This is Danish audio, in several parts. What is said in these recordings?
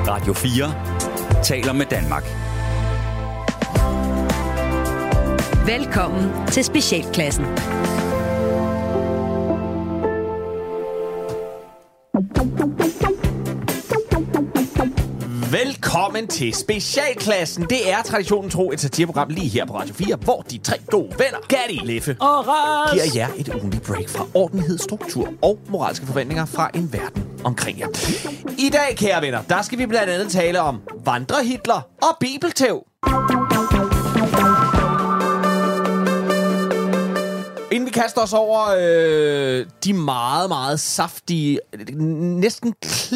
Radio 4 taler med Danmark. Velkommen til Specialklassen. Velkommen til Specialklassen. Det er traditionen tro et satireprogram lige her på Radio 4, hvor de tre gode venner, Gatti, Leffe og Ras, giver jer et ugentligt break fra ordentlighed, struktur og moralske forventninger fra en verden omkring jer. I dag, kære venner, der skal vi blandt andet tale om vandrehitler og bibeltæv. Inden vi kaster os over de meget, meget saftige, næsten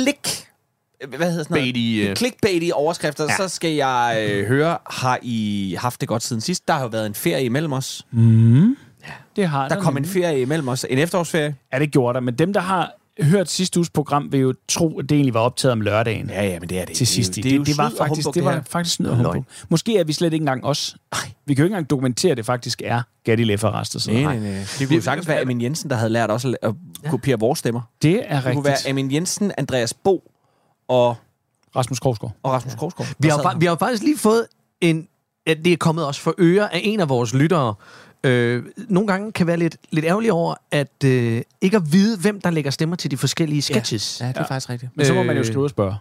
clickbaity overskrifter, så skal jeg høre, har I haft det godt siden sidst? Der har jo været en ferie imellem os. Ja, det har der kom en ferie imellem os. En efterårsferie. Ja, det gjorde der. Men dem, der har hørt sidste uges program, vil jo tro, at det egentlig var optaget om lørdagen. Ja, men det er det. Til sidst. Det var faktisk snyd og humbug. Måske er vi slet ikke engang os. Vi kan jo ikke engang dokumentere, at det faktisk er Gatti, Leffe og Ras. Nej. Det kunne jo sagtens være Amin Jensen, der havde lært os at kopiere vores stemmer. Det er rigtigt. Det kunne være Amin Jensen, Andreas Bo og Rasmus Krogsgaard. Vi har jo faktisk lige fået det er kommet os for øre af en af vores lyttere. Nogle gange kan være lidt ærgerlig over, at ikke at vide, hvem der lægger stemmer til de forskellige sketches. Ja, det er faktisk rigtigt. Men så må man jo skrive og spørge.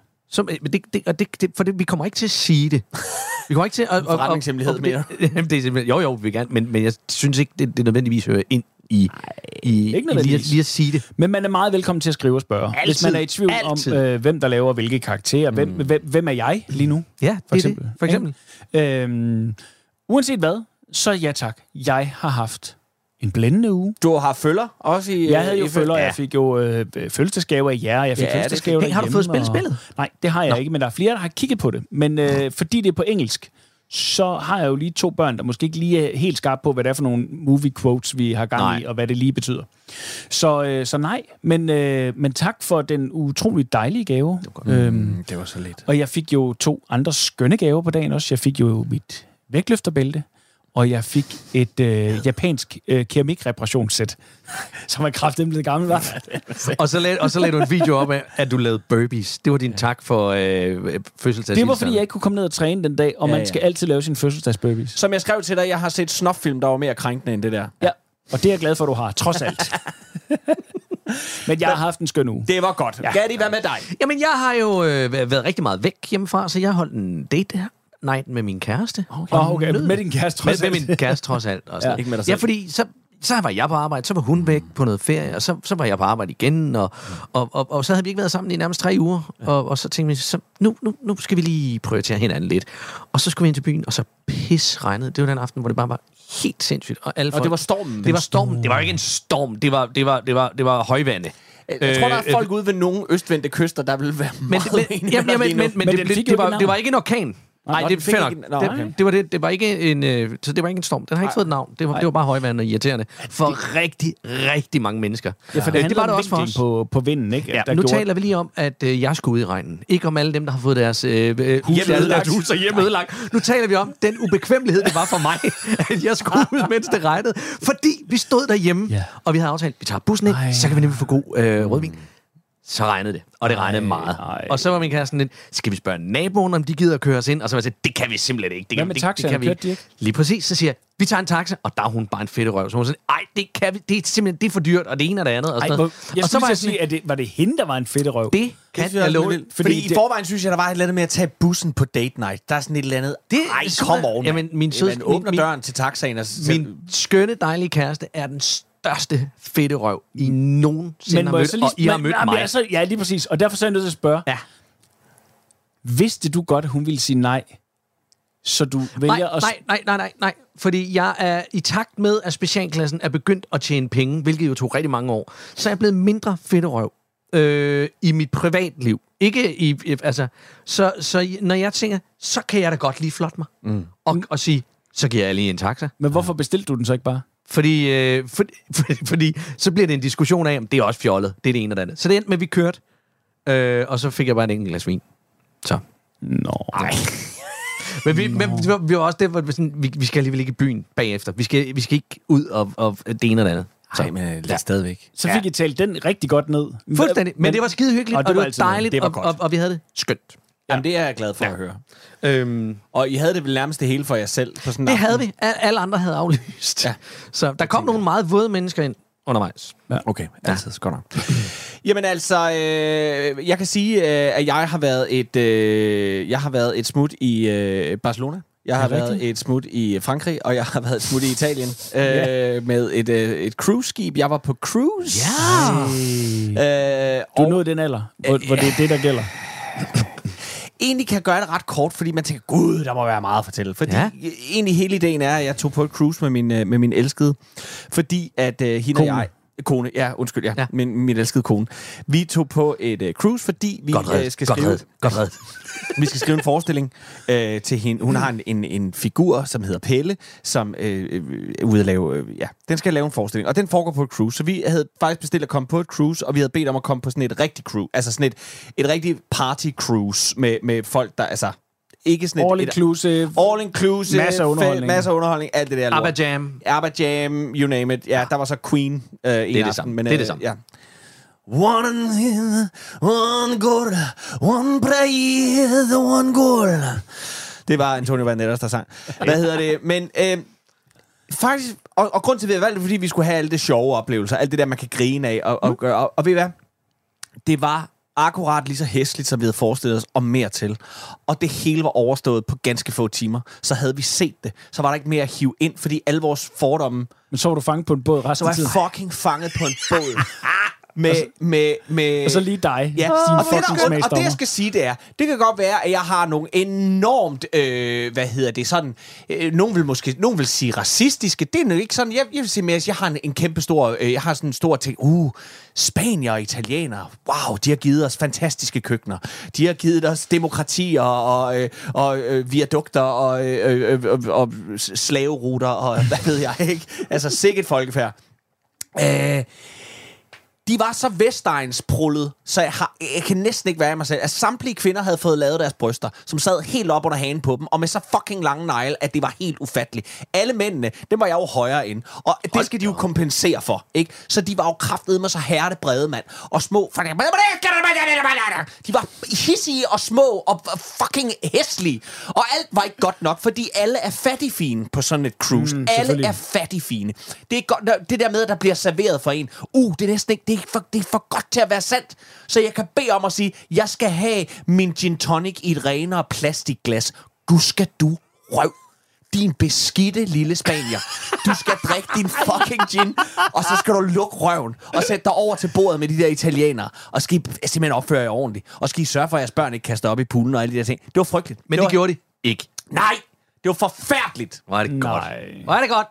For vi kommer ikke til at sige det. Vi kommer ikke til at... Forretningshemmelighed mere. Det er simpelthen... Jo, vi vil gerne, men jeg synes ikke, det nødvendigvis hører ind i lige at sige det. Men man er meget velkommen til at skrive og spørge. Altid, hvis man er i tvivl om, hvem der laver hvilke karakterer. Hvem er jeg lige nu? Ja, for eksempel. Uanset hvad, så ja tak. Jeg har haft en blændende uge. Du har følger også i... Jeg havde jo følger, jeg fik jo fødselsdagsgaver af jer, jeg fik fødselsdagsgaver derhjemme. Har du fået spillet spillet? Nej, det har jeg ikke, men der er flere, der har kigget på det. Men fordi det er på engelsk, så har jeg jo lige 2 børn, der måske ikke lige er helt skarpe på, hvad det er for nogle movie quotes, vi har gang i, og hvad det lige betyder. Så nej, men tak for den utroligt dejlige gave. Det var så lidt. Og jeg fik jo 2 andre skønne gaver på dagen også. Jeg fik jo mit vægtløfterbælte, og jeg fik et japansk keramikreparationssæt, som er kraftigt blevet gammel, var. og så lagde du en video op af, at du lavede burpees. Det var din tak for fødselsdags. Det var, fordi jeg ikke kunne komme ned og træne den dag, og man skal altid lave sin fødselsdags-burpees. Som jeg skrev til dig, jeg har set snoffilm, der var mere krænkende end det der. Ja, og det er jeg glad for, du har, trods alt. Men jeg har haft en skøn uge. Det var godt. Ja. Gatti, hvad med dig? Jamen, jeg har jo været rigtig meget væk hjemmefra, så jeg holdt en date her. Nej, med min kæreste. Okay. Med din kæreste trods alt. Med min kæreste trods alt. Også. Ikke med dig selv. Ja, fordi så var jeg på arbejde, så var hun væk på noget ferie, og så var jeg på arbejde igen, og så havde vi ikke været sammen i nærmest 3 uger, og så tænkte vi, så nu skal vi lige prioritere hinanden lidt. Og så skulle vi ind til byen, og så regnede. Det var den aften, hvor det bare var helt sindssygt. Og det var stormen. Det var stormen. Det var ikke en storm, det var højvande. Jeg tror, der er folk ude ved nogle østvendte kyster, der vil være meget men det var ikke en orkan. Nej, det er fair nok. Det var ikke en storm. Den har ikke fået et navn. Det var bare højvand og irriterende for rigtig, rigtig mange mennesker. Ja, for det var det også for os. På vinden, ikke? Ja, nu taler vi lige om, at jeg skulle ud i regnen. Ikke om alle dem, der har fået deres hus og hjem ødelagt. Nu taler vi om den ubekvemmelighed, det var for mig, at jeg skulle ud, mens det regnede. Fordi vi stod derhjemme, og vi havde aftalt, vi tager bussen ind, så kan vi nemlig få god rødvin. Så regnede det, og det regnede meget. Og så var min kæreste lidt, skal vi spørge naboen, om de gider at køre os ind? Og så var jeg sagt, det kan vi simpelthen ikke. Hvad med taxaen? Kørte de ikke? Lige præcis, så siger jeg, vi tager en taxa, og der er hun bare en fedterøv. Så hun siger, det kan vi, det er simpelthen, det er for dyrt, og det ene og det andet. Og så var jeg sige, at var det hende, der var en fedterøv? Det kan jeg love. Fordi i forvejen synes jeg, der var et eller andet med at tage bussen på date night. Der er sådan et eller andet, kom over. Jamen, min åbner døren til taxaen. Min skønne, dejlige kæreste er den største fedterøv I nogensinde har mødt, og I har mødt mig. Altså, ja, lige præcis. Og derfor så er jeg nødt til at spørge. Ja. Vidste du godt, at hun ville sige nej? Så du vælger at... Nej. Fordi jeg er i takt med, at specialklassen er begyndt at tjene penge, hvilket jo tog rigtig mange år, så er jeg blevet mindre fedterøv i mit privatliv. Ikke i... Altså, så når jeg tænker, så kan jeg da godt lige flotte mig. Og sige, så giver jeg lige en taxa. Men hvorfor bestilte du den så ikke bare? Fordi så bliver det en diskussion af, om det er også fjollet. Det er det ene og det andet. Så det endte med, at vi kørte, og så fik jeg bare en enkelt glas vin. Så. Nej. Men vi var også der, hvor vi skal alligevel ikke i byen bagefter. Vi skal ikke ud og det ene og det andet. Nej, men lad stadigvæk. Så fik I talt den rigtig godt ned. Fuldstændig. Men det var skide hyggeligt, og det var dejligt, og vi havde det skønt. Jamen, det er jeg glad for at høre. Og I havde det vel nærmest det hele for jer selv på sådan en Det aften? havde vi. Alle andre havde aflyst. Ja. Så der kom nogle meget våde mennesker ind undervejs. Ja. Okay, altid godt nok. Jamen altså, jeg kan sige, at jeg har været et smut i Barcelona. Jeg har været et smut i Frankrig, og jeg har været et smut i Italien med et cruise-skib. Jeg var på cruise. Ja! Du nåede den alder, hvor det er det, der gælder. Egentlig kan jeg gøre det ret kort, fordi man tænker, gud, der må være meget at fortælle. Fordi egentlig hele ideen er, at jeg tog på et cruise med min elskede. Fordi at hende og jeg... Kone, ja, undskyld, ja. Min elskede kone. Vi tog på et cruise, fordi vi skal skrive... Vi skal skrive en forestilling til hende. Hun har en figur, som hedder Pelle, som ude at lave... den skal lave en forestilling, og den foregår på et cruise. Så vi havde faktisk bestilt at komme på et cruise, og vi havde bedt om at komme på sådan et rigtigt cruise. Altså sådan et rigtigt party cruise med folk, der... Altså, ikke sådan all inclusive, masser af underholdning, alt det der lort. ABBA Jam, you name it. Ja, der var så Queen det er det samme. Det er det samme. Ja. One goal, one prayer, one goal. Det var Antonio Banderas, der sang. Hvad hedder det? Men faktisk, og grund til, at vi havde valgt det, fordi vi skulle have alle de sjove oplevelser, alt det der, man kan grine af, og ved I hvad? Det var akkurat lige så hæsligt, som vi havde forestillet os, og mere til. Og det hele var overstået på ganske få timer. Så havde vi set det. Så var der ikke mere at hive ind, fordi alle vores fordomme... Men så var du fanget på en båd resten af tiden. Så var jeg fucking fanget på en båd. med og så lige dig. Ja. Og det jeg skal sige, det er, det kan godt være, at jeg har nogle enormt, nogen vil sige racistiske. Det er jo ikke sådan, jeg vil sige mere, at jeg har en kæmpe stor, jeg har sådan en stor ting, Spanier og italienere, wow, de har givet os fantastikke køkkener. De har givet os demokratier og viadukter og slaveruter og hvad ved jeg, ikke? Altså sikkert folkefærd. De var så vestegnsprullet, så jeg kan næsten ikke være i mig selv. At samtlige kvinder havde fået lavet deres bryster, som sad helt op under hagen på dem, og med så fucking lange negle, at det var helt ufatteligt. Alle mændene, dem var jeg jo højere end. Og det skal de jo kompensere for, ikke? Så de var jo kraftedeme så hertebrede, mand. Og små... De var hissige og små og fucking hæslige. Og alt var ikke godt nok, fordi alle er fattigfine på sådan et cruise. Alle er fattigfine. Det er godt, det der med, at der bliver serveret for en. Det er næsten ikke... Det er for godt til at være sandt. Så jeg kan bede om at sige, jeg skal have min gin tonic i et renere plastikglas. Skal du røv. Din beskidte lille spanier. Du skal drikke din fucking gin, og så skal du lukke røven, og sætte dig over til bordet med de der italienere, og skal I simpelthen opføre jer ordentligt. Og skal I sørge for, at jeres børn ikke kaster op i poolen og alle de der ting. Det var frygteligt. Men det gjorde de ikke. Nej, det var forfærdeligt. Var det godt. Var det godt.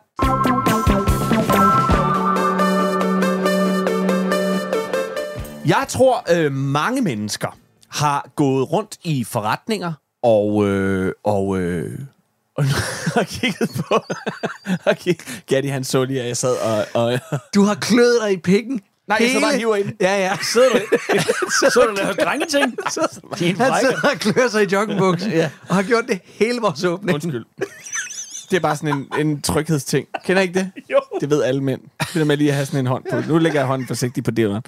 Jeg tror, mange mennesker har gået rundt i forretninger og kigget på... Gatti, han så lige, at jeg sad og... Du har kløet dig i pikken. Nej, jeg så bare hiver ind. Ja. Sidder du der drengeting? Han sidder og klør sig i joggingbuks, og har gjort det hele vores åbning. Undskyld. Det er bare sådan en tryghedsting. Kender I ikke det? Jo. Det ved alle mænd. Det er med lige at have sådan en hånd på. Nu lægger jeg hånden forsigtigt på det.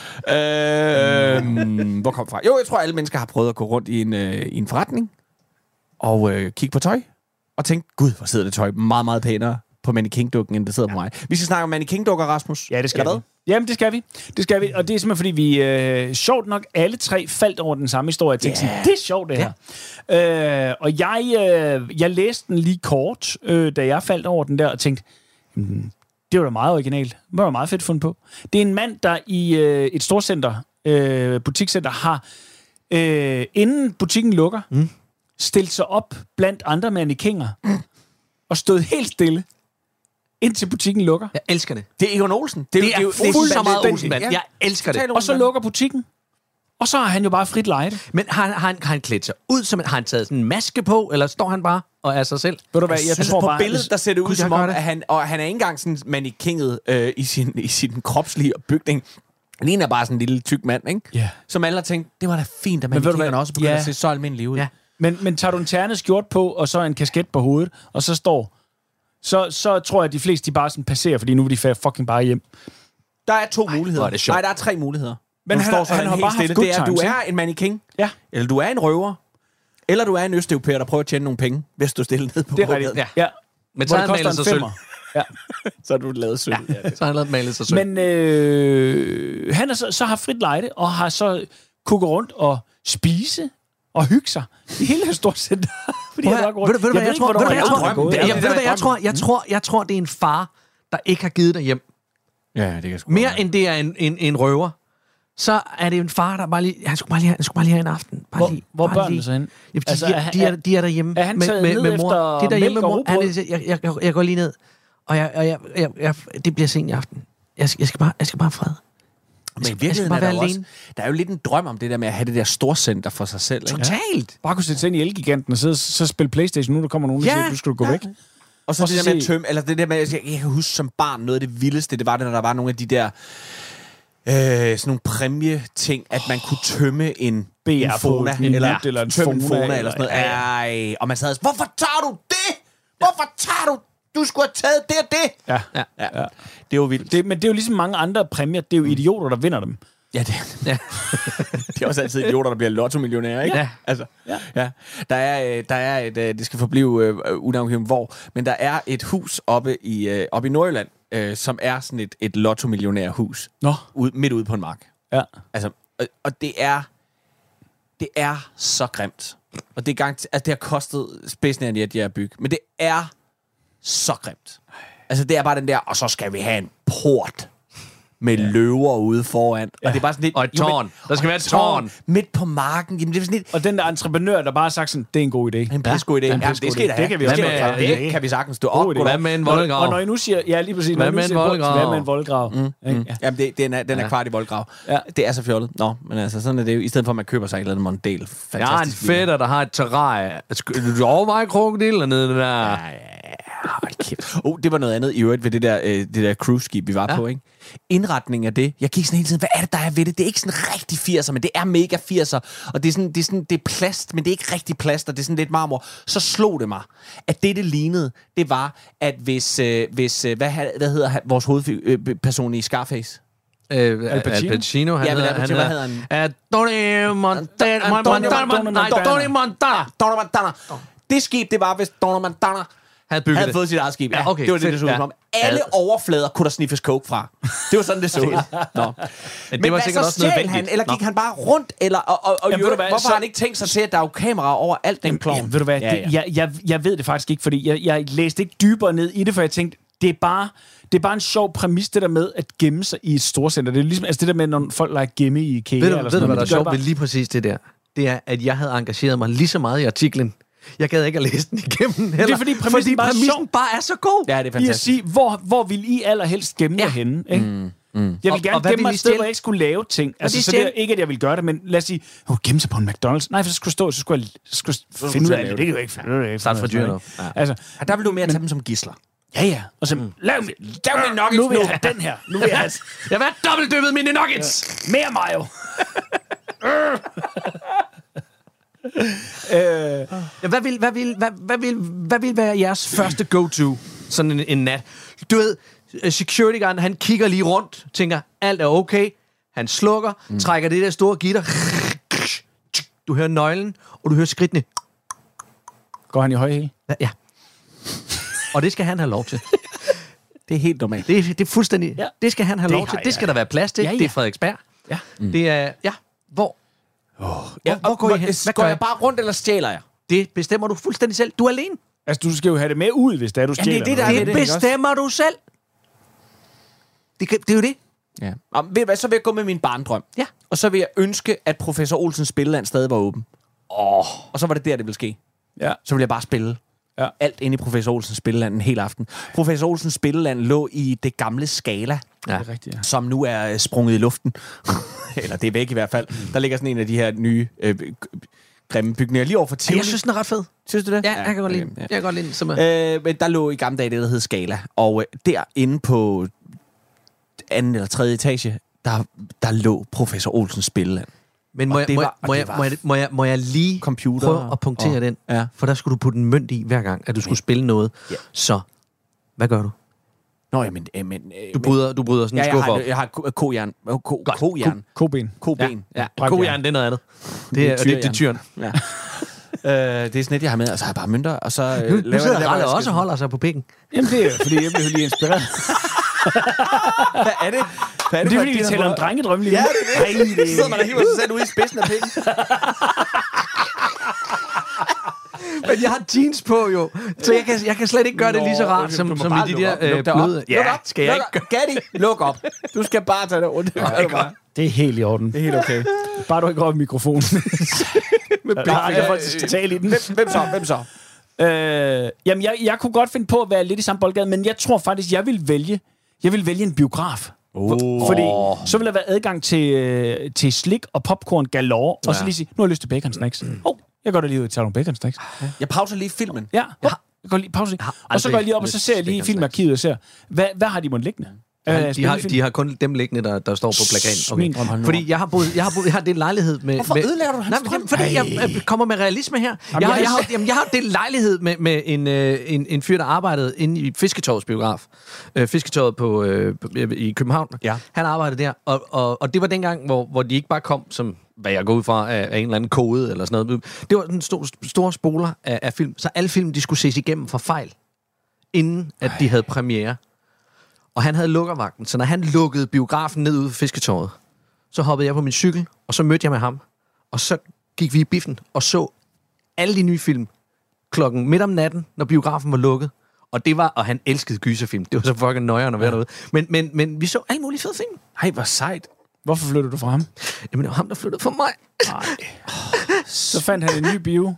Hvor kom fra? Jo, jeg tror, alle mennesker har prøvet at gå rundt i en forretning og kigge på tøj og tænke, gud, hvor sidder det tøj meget, meget pænere på mannequin-dukken, end det sidder på mig. Vi skal snakke om mannequin-dukker, Rasmus. Ja, det skal vi. Jamen, det skal vi. Og det er simpelthen, fordi vi sjovt nok alle tre faldt over den samme historie. Jeg tænkte sådan, det er sjovt, det her. Og jeg læste den lige kort, da jeg faldt over den der, og tænkte, det var da meget originalt. Det var da meget fedt fundet på. Det er en mand, der i et storcenter, butikscenter, har, inden butikken lukker, stillet sig op blandt andre mannequiner, og stod helt stille, indtil butikken lukker. Jeg elsker det. Det er Egon Olsen. Det er fuldt så meget Olsen, mand. Jeg elsker det. Og så lukker butikken. Og så har han jo bare frit lejde. Men har han klædt sig ud, som har han taget sådan en maske på, eller står han bare og er sig selv? Ved du hvad, jeg tror på bare, billedet, der ser det ud som om, at han er ikke engang sådan mannequinget i sin kropslige bygning. Han ligner bare sådan en lille tyk mand, ikke? Yeah. Som alle har tænkt, det var da fint, at mannequinerne også begynder at se så almindelige ud. Ja. Men tager du en ternet skjort på, og så en kasket på hovedet, og så står... Så tror jeg, at de fleste de bare sådan passerer, fordi nu vil de fucking bare hjem. Der er to muligheder. Nej, der er tre muligheder. Men han har bare haft good times. Du er en mannequin, eller du er en røver, Eller du er en østeuropæer, der prøver at tjene nogle penge, hvis du stiller ned på Det er rigtigt. gågaden. Ja. Men Hvor så det har han koster malet en sig sølv. femmer. Ja. Så har du lavet sølv. Ja. Så har han lavet malet sig sølv. Men han har så har frit lejde, og har så kunne gå rundt og spise og hygge sig i hele det store center. Fordi Ved du, hvad jeg tror, det er en far, der ikke har givet dig hjem. Ja, det kan sgu Mere end det er en røver. Så er det en far, der bare lige... Han skulle bare lige have en aften. Hvor er børnene så hen? Jamen, de er derhjemme er han taget ned med efter mor. Det er derhjemme med mælk og mor. Jeg går lige ned. Og det bliver sent i aften. Jeg skal bare have fred. Men i virkeligheden er der er jo lidt en drøm om det der med at have det der storcenter for sig selv. Ikke? Totalt. Bare kunne sætte sig ind i Elgiganten og så spille PlayStation, nu der kommer nogen, der siger, du skal gå væk. Og så det der med at tømme, eller det der med, jeg kan huske som barn, noget af det vildeste, det var det, når der var nogle af de der sådan nogle præmieting, at man kunne tømme en Fona, eller en tømme en Fona, eller sådan noget. Ej, og man sad og hvorfor tager du det? Hvorfor tager du? Du skulle have taget det og det. Ja. Det er jo vildt. Men det er jo ligesom mange andre præmier. Det er jo idioter, der vinder dem. Ja, det er også altid idioter, der bliver lotto-millionærer, ikke? Ja. Altså, ja. Der er et, det skal forblive unavngivet hvor, men der er et hus oppe i Nordjylland, som er sådan et lotto-millionærhus. Midt ude på en mark. Ja. Altså, og det er så grimt. Og det er det har kostet spidsnæren i at jeg bygge. Men det er så grimt. Altså, det er bare den der, og så skal vi have en port med løver ude foran. Og det er bare sådan lidt... Og et tårn. Der skal være et tårn. Midt på marken. Jamen, det er sådan lidt... Og den der entreprenør, der bare har sagt sådan, det er en god idé. En pissegod idé. Ja, det skal det kan vi også. Det kan vi sagtens stå op. Hvad med en voldgrav? Og når I nu siger... Ja, lige præcis. Hvad med en voldgrav? Hvad med en voldgrav? Jamen, den er kvart i voldgrav. Ja. Det er så fjollet. Nå, men altså, sådan er det jo. I stedet for, at man køber sig et eller andet mondel. Fantastisk. Jeg har en fætter, der har et terrarie. Du overvejer krokodiller nede der. Ja. Det var noget andet i øvrigt ved det der cruise-skib, vi var på, ikke? Indretningen af det. Jeg gik sådan hele tiden, hvad er det, der er ved det? Det er ikke sådan rigtig 80'er, men det er mega 80'er. Og det er plast, men det er ikke rigtig plast, og det er sådan lidt marmor. Så slog det mig, at det lignede, det var, at hvis hvad hedder vores hovedperson i Scarface? Al Pacino. Hvad hedder han? Tony Montana. Det skib, det var, hvis Tony Montana havde fået sit eget skib. Ja, okay, det var det så ud som. Alle overflader kunne der sniffes coke fra. Det var sådan, det så ud. Men det var sikkert også nødvendigt. Han, eller gik han bare rundt? Eller, hvorfor har han ikke tænkt sig til, at der er jo kameraer over alt den klovn? Ved du hvad, jeg ved det faktisk ikke, fordi jeg læste ikke dybere ned i det, for jeg tænkte, det er bare en sjov præmis, det der med at gemme sig i et storcenter. Det er ligesom det der med, når folk leger gemme i IKEA. Ved du hvad der er sjovt ved lige præcis det der? Det er, at jeg havde engageret mig lige så meget i artiklen. Jeg gad ikke at læse den igennem. Det er fordi præmissen bare er så god. Ja, det er fantastisk. I at sige, hvor vil I allerhelst gemme jer henne? Ikke? Jeg vil gerne gemme mig et sted, hvor jeg ikke skulle lave ting. Altså, så det er ikke, at jeg vil gøre det, men lad os sige, gemme sig på en McDonald's. Nej, for så skulle jeg finde ud af det. Det kan jo ikke finde. Start fra dyrene. Altså, der vil du mere tage dem som gidsler. Ja. Og så lav min nuggets. Nu vil jeg have den her. Nu vil jeg have... Jeg vil have dobbeltdyppet mine nuggets. Mere mayo. Hvad vil være jeres første go-to sådan en nat? Du ved, security guard, han kigger lige rundt, tænker, alt er okay. Han slukker, trækker det der store gitter. Du hører nøglen, og du hører skridtene. Går han i høj hæl? Ja. Og det skal han have lov til. Det er helt normalt. Det er fuldstændig... Ja. Det skal han have lov til. Det skal der være plads til. Ja. Det er Frederiksberg. Ja. Det er... Ja. Hvor går I hen? Går jeg bare rundt, eller stjæler jeg? Det bestemmer du fuldstændig selv. Du er alene. Altså, du skal jo have det med ud, hvis det er, du stjæler. Det bestemmer du selv. Det er jo det. Ja. Og ved du hvad, så vil jeg gå med min barndrøm. Ja. Og så vil jeg ønske, at Professor Olsens Spilleland stadig var åben. Og så var det der, det ville ske. Ja. Så ville jeg bare spille alt inde i Professor Olsens Spilleland en hel aften. Professor Olsens Spilleland lå i det gamle Scala, Det er rigtigt, ja. som nu er sprunget i luften. Eller det er væk i hvert fald. Der ligger sådan en af de her nye grimme bygninger lige over for Tivoli. Jeg synes, den er ret fed. Synes du det? Ja, jeg kan godt lide den. Jeg kan godt lide den. Men der lå i gamle dage det, der hed Scala. Og derinde på anden eller tredje etage, der lå Professor Olsens Spilleland. Men må jeg lige prøve at punktere den? Ja. For der skulle du putte en mønt i hver gang, at du skulle spille noget. Ja. Så, hvad gør du? Nå, jamen... Du bryder sådan en skuffe op. Jeg har kojern. Kojern. Koben. Koben. Ja. Kojern, det er noget andet. Det er tyren. Ja. Det er sådan et, jeg har med, og så har jeg bare mønter, og så Nu laver sidder jeg Ralle det, også og holder sig på pikken. Jamen, det er fordi, jeg bliver lige inspireret. Hvad er det? Hvad er Det er for fordi, et, vi de taler har om fået? drengedrømme lige nu. Ja, det er det. Så sidder man og hiver sig selv ud i spidsen af pikken. Men jeg har jeans på, jo. Så jeg kan slet ikke gøre det lige så rart, som i de der bløde. Ja, skal jeg ikke? Gatti, luk op. Du skal bare tage det rundt. Det er helt i orden. Det er helt okay. Bare du ikke rører mikrofonen. Der er andre folk, der skal tale i den. Hvem så? Jamen, jeg kunne godt finde på at være lidt i samme boldgade, men jeg tror faktisk, jeg vil vælge en biograf. Fordi så vil der være adgang til slik og popcorn galore, og så lige sige, nu har jeg lyst til bacon snacks. Jeg går da lige ud og tager nogle bacon snacks. Jeg pauser lige filmen. Ja, jeg går lige pause. Og så går jeg lige op, og så ser jeg lige filmarkivet og ser, hvad har de måtte liggende? De har kun dem liggende, der står på plakaten. Min drøm. Fordi jeg har delt lejlighed med... Hvorfor ødelægger du hans drøm? Fordi jeg kommer med realisme her. Jeg har delt lejlighed med en fyr, der arbejdede inde i Fisketorvets biograf. Fisketorvet i København. Ja. Han arbejdede der, og det var dengang, hvor de ikke bare kom som... hvad jeg går ud fra af en eller anden kode eller sådan noget. Det var en store spoler af film, så alle film, de skulle ses igennem for fejl, inden at de havde premiere. Og han havde lukkervagten, så når han lukkede biografen ned ude for Fisketorvet, så hoppede jeg på min cykel, og så mødte jeg med ham, og så gik vi i biffen og så alle de nye film klokken midt om natten, når biografen var lukket. Og han elskede gyserfilm. Det var så fucking nøjeren at være derude. Men vi så alle mulige fede film. Ej, hvor sejt. Hvorfor flyttede du fra ham? Jamen, det var ham, der flyttede for mig. Så fandt han en ny bio.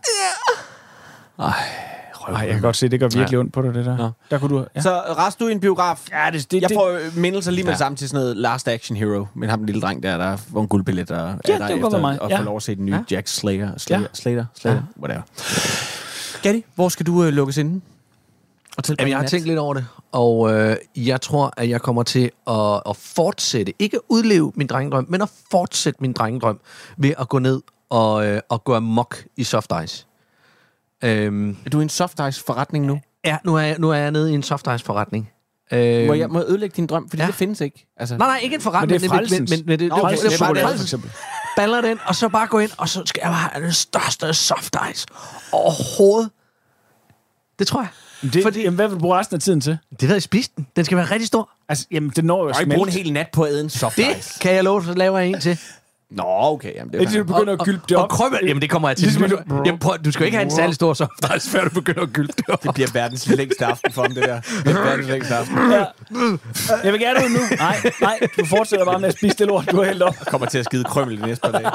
Ej, jeg kan godt se, det gør virkelig ondt på dig, det der. Ja. Der kunne du... Ja. Så rest du i en biograf. Ja, Jeg får mindelser lige med det samme til sådan noget Last Action Hero. Men ham den lille dreng der får en guldbillet og er der det var mig. og får lov at se den nye Jack Slater, whatever. Gatti, hvor skal du lukkes inden? Jamen, jeg har tænkt lidt over det, og jeg tror, at jeg kommer til at fortsætte, ikke udleve min drengedrøm, men at fortsætte min drengedrøm ved at gå ned og gå amok i soft ice. Er du i en soft ice forretning nu? Ja, nu er jeg nede i en soft ice forretning. Må jeg ødelægge din drøm? Fordi det findes ikke. Altså. Nej, ikke en forretning. Men det er frelsens. Men det er Frelsens chokolade, bare for eksempel. baller den, og så bare gå ind, og så skal jeg bare have den største soft ice overhovedet. Det tror jeg. Jamen, hvad vil du bruge resten af tiden til? Det ved jeg, spise den. Den skal være rigtig stor. Altså, jamen, det når jo Jeg at kan ikke bruge en smelte. hel nat på at æde en soft Det ice. kan jeg love, så laver jeg en til. Nå, okay. Jamen, det Indtil du begynder at gylpe det op. Og krømme. Jamen, det kommer jeg til. Jamen, prøv, du skal jo ikke have en særlig stor soft ice, før du begynder at gylpe det op. Det bliver verdens længste aften for ham, det der. Det er verdens længste aften. Ja. Jeg vil gerne ud nu. Nej, du fortsætter bare med at spise det lort, du har hældt op. Jeg kommer til at skide krømmel de næste par dage.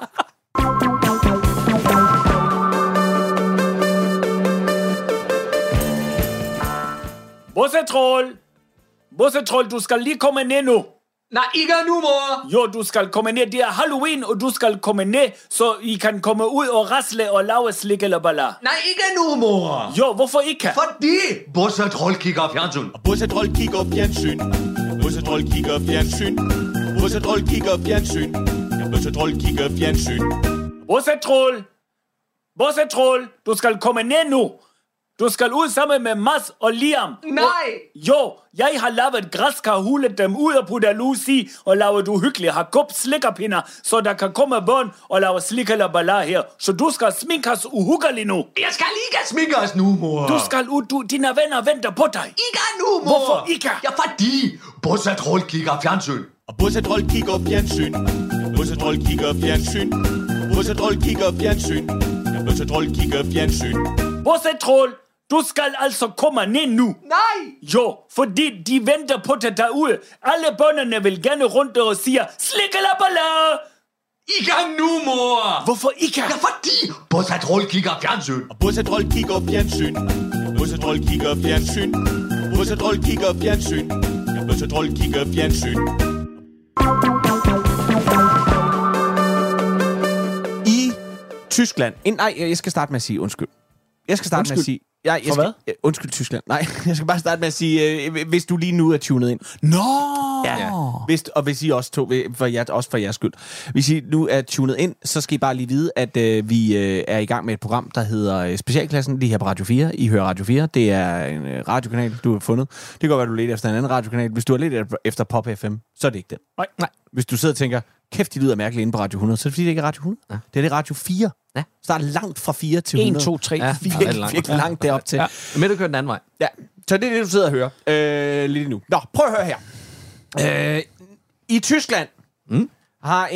Bossetroll, du skal lige komme ned nu. Nej, ikke nu, mor! Jo, du skal komme ned. Det er Halloween, og du skal komme ned, så I kan komme ud og rasle og lave slik eller baller. Nej, ikke nu, mor! Jo, hvorfor ikke? Fordi Bosse og Trold kigger fjernsyn. Bossetroll kigger fjernsyn. Bossetroll kigger fjernsyn. Bossetroll kigger fjernsyn. Bossetroll kigger fjernsyn. Bossetroll, du skal komme ned nu. Du skal ud sammen med Mads og Liam. Nej! Jo, jeg har lavet græskar, hulet dem ud og puttet lus i, og lavet uhyggeligt. Har købt slikkerpinder, så der kan komme børn og lave slik eller baller her. Så du skal sminkes uhyggeligt nu. Jeg skal ikke sminke os nu, mor! Du skal ud, dine venner venter på dig. Ikke nu, mor! Hvorfor ikke? Ja, fordi Bosse og Trold kigger fjernsyn. Og Bossetroll kigger fjernsyn. Bossetroll kigger fjernsyn. Bossetroll kigger fjernsyn. Bossetroll kigger fjernsyn. Bossetroll, du skal altså komme ned nu. Nej! Jo, fordi de venter på dig derude. Alle børnene vil gerne rundt og siger, slik eller baller. Ikke nu, mor! Hvorfor ikke? Ja, fordi Bosse og Trold kigger fjernsyn. Og Bossetroll kigger fjernsyn. Bossetroll kigger fjernsyn. Bossetroll kigger fjernsyn. Bossetroll kigger fjernsyn. I Tyskland... jeg skal starte med at sige undskyld. Jeg skal starte med at sige... Undskyld, Tyskland. Nej, jeg skal bare starte med at sige, hvis du lige nu er tunet ind. Nå! Ja. Hvis I også to, også for jeres skyld. Hvis I nu er tunet ind, så skal I bare lige vide, at vi er i gang med et program, der hedder Specialklassen, lige her på Radio 4. I hører Radio 4. Det er en radiokanal, du har fundet. Det kan godt være, du leder efter en anden radiokanal. Hvis du har ledt efter Pop FM, så er det ikke det. Nej. Hvis du sidder og tænker, kæft, de lyder mærkeligt inde på Radio 100, så er det fordi, det ikke er Radio 100. Ja. Det er Radio 4. Ja. Så der er langt fra 4 til 100. 1, 2, 3, 4. Virkelig langt derop til. Ja. Men du kører den anden vej. Ja, så det er det, du sidder og hører lige nu. Nå, prøv at høre her. I Tyskland har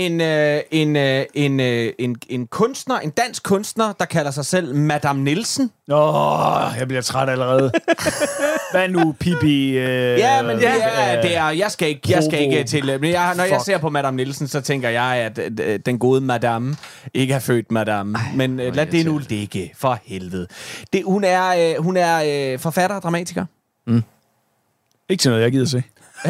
en kunstner, en dansk kunstner, der kalder sig selv Madame Nielsen. Jeg bliver træt allerede. Hvad nu, Pippi? Ja, men det er jeg skal ikke til. Men når jeg ser på Madame Nielsen, så tænker jeg, at den gode Madame ikke har født Madame. Men lad det nu ligge, for helvede. Hun er forfatter og dramatiker. Ikke til noget, jeg gider se.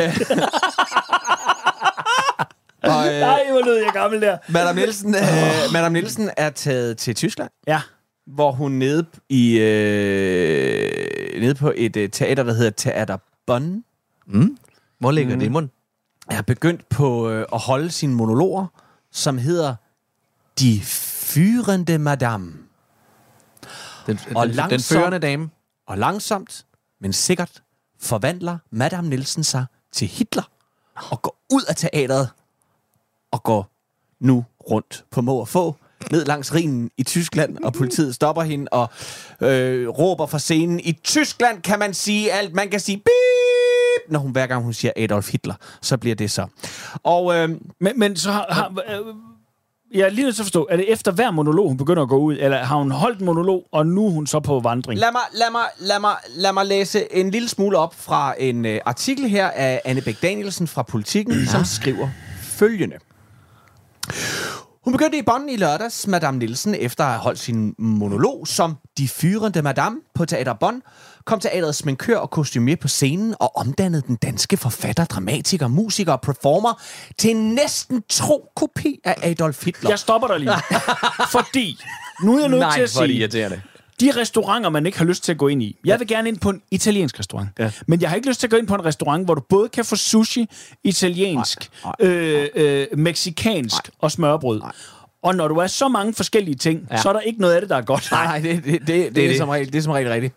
Nej, hvor lød jeg gammel der. Madame Nielsen er taget til Tyskland. Ja. Hvor hun nede på et teater, der hedder Theater Bonn. Hvor ligger det i munden? Er begyndt på at holde sine monologer, som hedder De Fyrende Madame. Den førende dame. Og langsomt, men sikkert, forvandler Madame Nielsen sig til Hitler og går ud af teateret og går nu rundt på må og få, ned langs Rhinen i Tyskland, og politiet stopper hende og råber fra scenen. I Tyskland kan man sige alt. Man kan sige beep, når hver gang hun siger Adolf Hitler, så bliver det så. Og, men så jeg er lige nødt til at forstå, er det efter hver monolog, hun begynder at gå ud, eller har hun holdt en monolog, og nu er hun så på vandring? Lad mig læse en lille smule op fra en artikel her af Anne Bech Danielsen fra Politiken, som skriver følgende. Hun begyndte i Bonn i lørdags, Madame Nielsen, efter at have holdt sin monolog som De Fyrende Madame på Teater Bonn, kom teaterets sminkør og kostumier på scenen og omdannede den danske forfatter, dramatiker, musiker og performer til en næsten tro kopi af Adolf Hitler. Jeg stopper dig lige. Fordi, nu er jeg nødt til at sige, irriterende. De restauranter, man ikke har lyst til at gå ind i. Jeg vil gerne ind på en italiensk restaurant. Ja. Men jeg har ikke lyst til at gå ind på en restaurant, hvor du både kan få sushi, italiensk, mexikansk og smørbrød. Nej. Og når du er så mange forskellige ting, så er der ikke noget af det, der er godt. Nej, det er som regel rigtigt.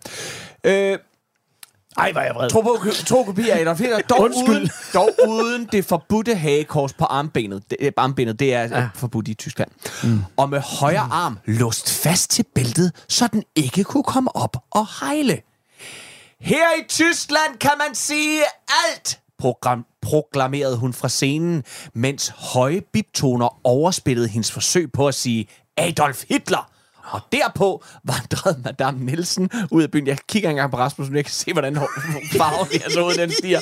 Ej, hvor er jeg vred. Tro kopier af Adolf Hitler, dog uden det forbudte hagekors på armbenet. Armbenet, det er forbudt i Tyskland. Og med højre arm låst fast til bæltet, så den ikke kunne komme op og hejle. Her i Tyskland kan man sige alt, proklamerede hun fra scenen, mens høje biptoner overspillede hendes forsøg på at sige Adolf Hitler. Og derpå vandrede Madame Nielsen ud af byen. Jeg kigger engang på Rasmus, så jeg kan se, hvordan farven er så ud, den stiger.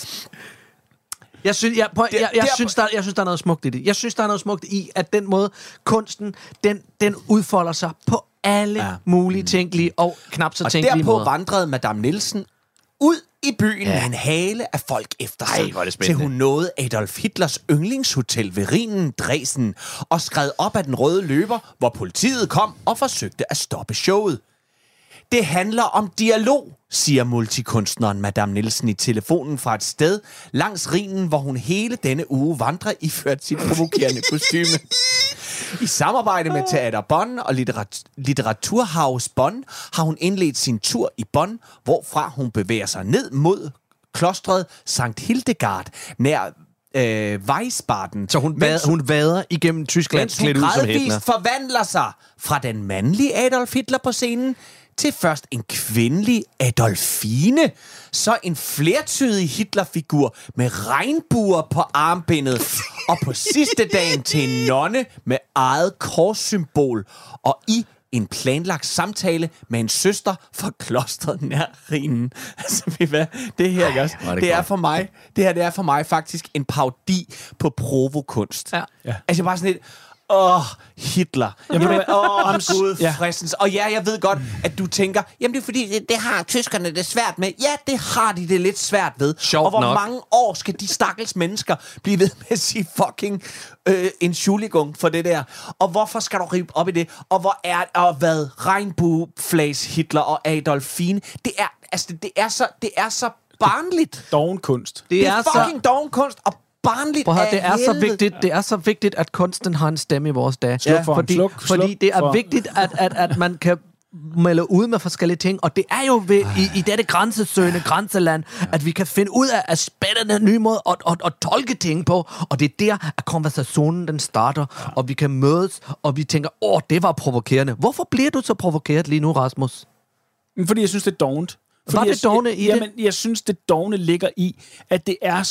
Jeg synes, der er noget smukt i det. Jeg synes, der er noget smukt i, at den måde kunsten, den udfolder sig på alle mulige tænkelige og knap så tænkelige måder. Og derpå vandrede Madame Nielsen ud i byen med en hale af folk efter sig, til hun nåede Adolf Hitlers yndlingshotel ved Rhinen, Dresden, og skred op ad den røde løber, hvor politiet kom og forsøgte at stoppe showet. Det handler om dialog, siger multikunstneren Madame Nielsen i telefonen fra et sted langs Rhinen, hvor hun hele denne uge vandrer iført sit provokerende kostyme. I samarbejde med Teater Bonn og Literaturhaus Bonn har hun indledt sin tur i Bonn, hvorfra hun bevæger sig ned mod klostret Sankt Hildegard, nær Weisbaden. Så hun vader igennem Tyskland klædt ud som Hitler. Mens hun forvandler sig fra den mandlige Adolf Hitler på scenen til først en kvindelig Adolfine, så en flertydig Hitlerfigur med regnbuer på armbindet, og på sidste dagen til en nonne med eget korssymbol, og i en planlagt samtale med en søster fra klostret nær Rhinen. Altså, det her, ikke også? Det er for mig faktisk en parodi på provokunst. Ja. Altså, bare sådan lidt, Hitler. Gud, fristens. Og ja, jeg ved godt, at du tænker, jamen det er fordi, det har tyskerne det svært med. Ja, det har de det lidt svært ved. Sjovt og hvor nok. mange år skal de stakkels mennesker blive ved med at sige fucking Entschuldigung for det der? Og hvorfor skal du rive op i det? Og hvor er hvad? Regnbueflags Hitler og Adolfine. Det er så barnligt. Dovenkunst. Det er fucking dovenkunst og barnligt af helvede. Det er så vigtigt, at kunsten har en stemme i vores dage. Sluk for fordi det er vigtigt, at man kan melder ud med forskellige ting, og det er jo i dette grænsesøgende grænseland, at vi kan finde ud af spændende nye måde at tolke ting på, og det er der, at konversationen den starter, og vi kan mødes, og vi tænker, det var provokerende. Hvorfor bliver du så provokeret lige nu, Rasmus? Fordi jeg synes, det er dovent. Hvad er det dovne i det? Jamen, jeg synes, det dovne ligger i, at det er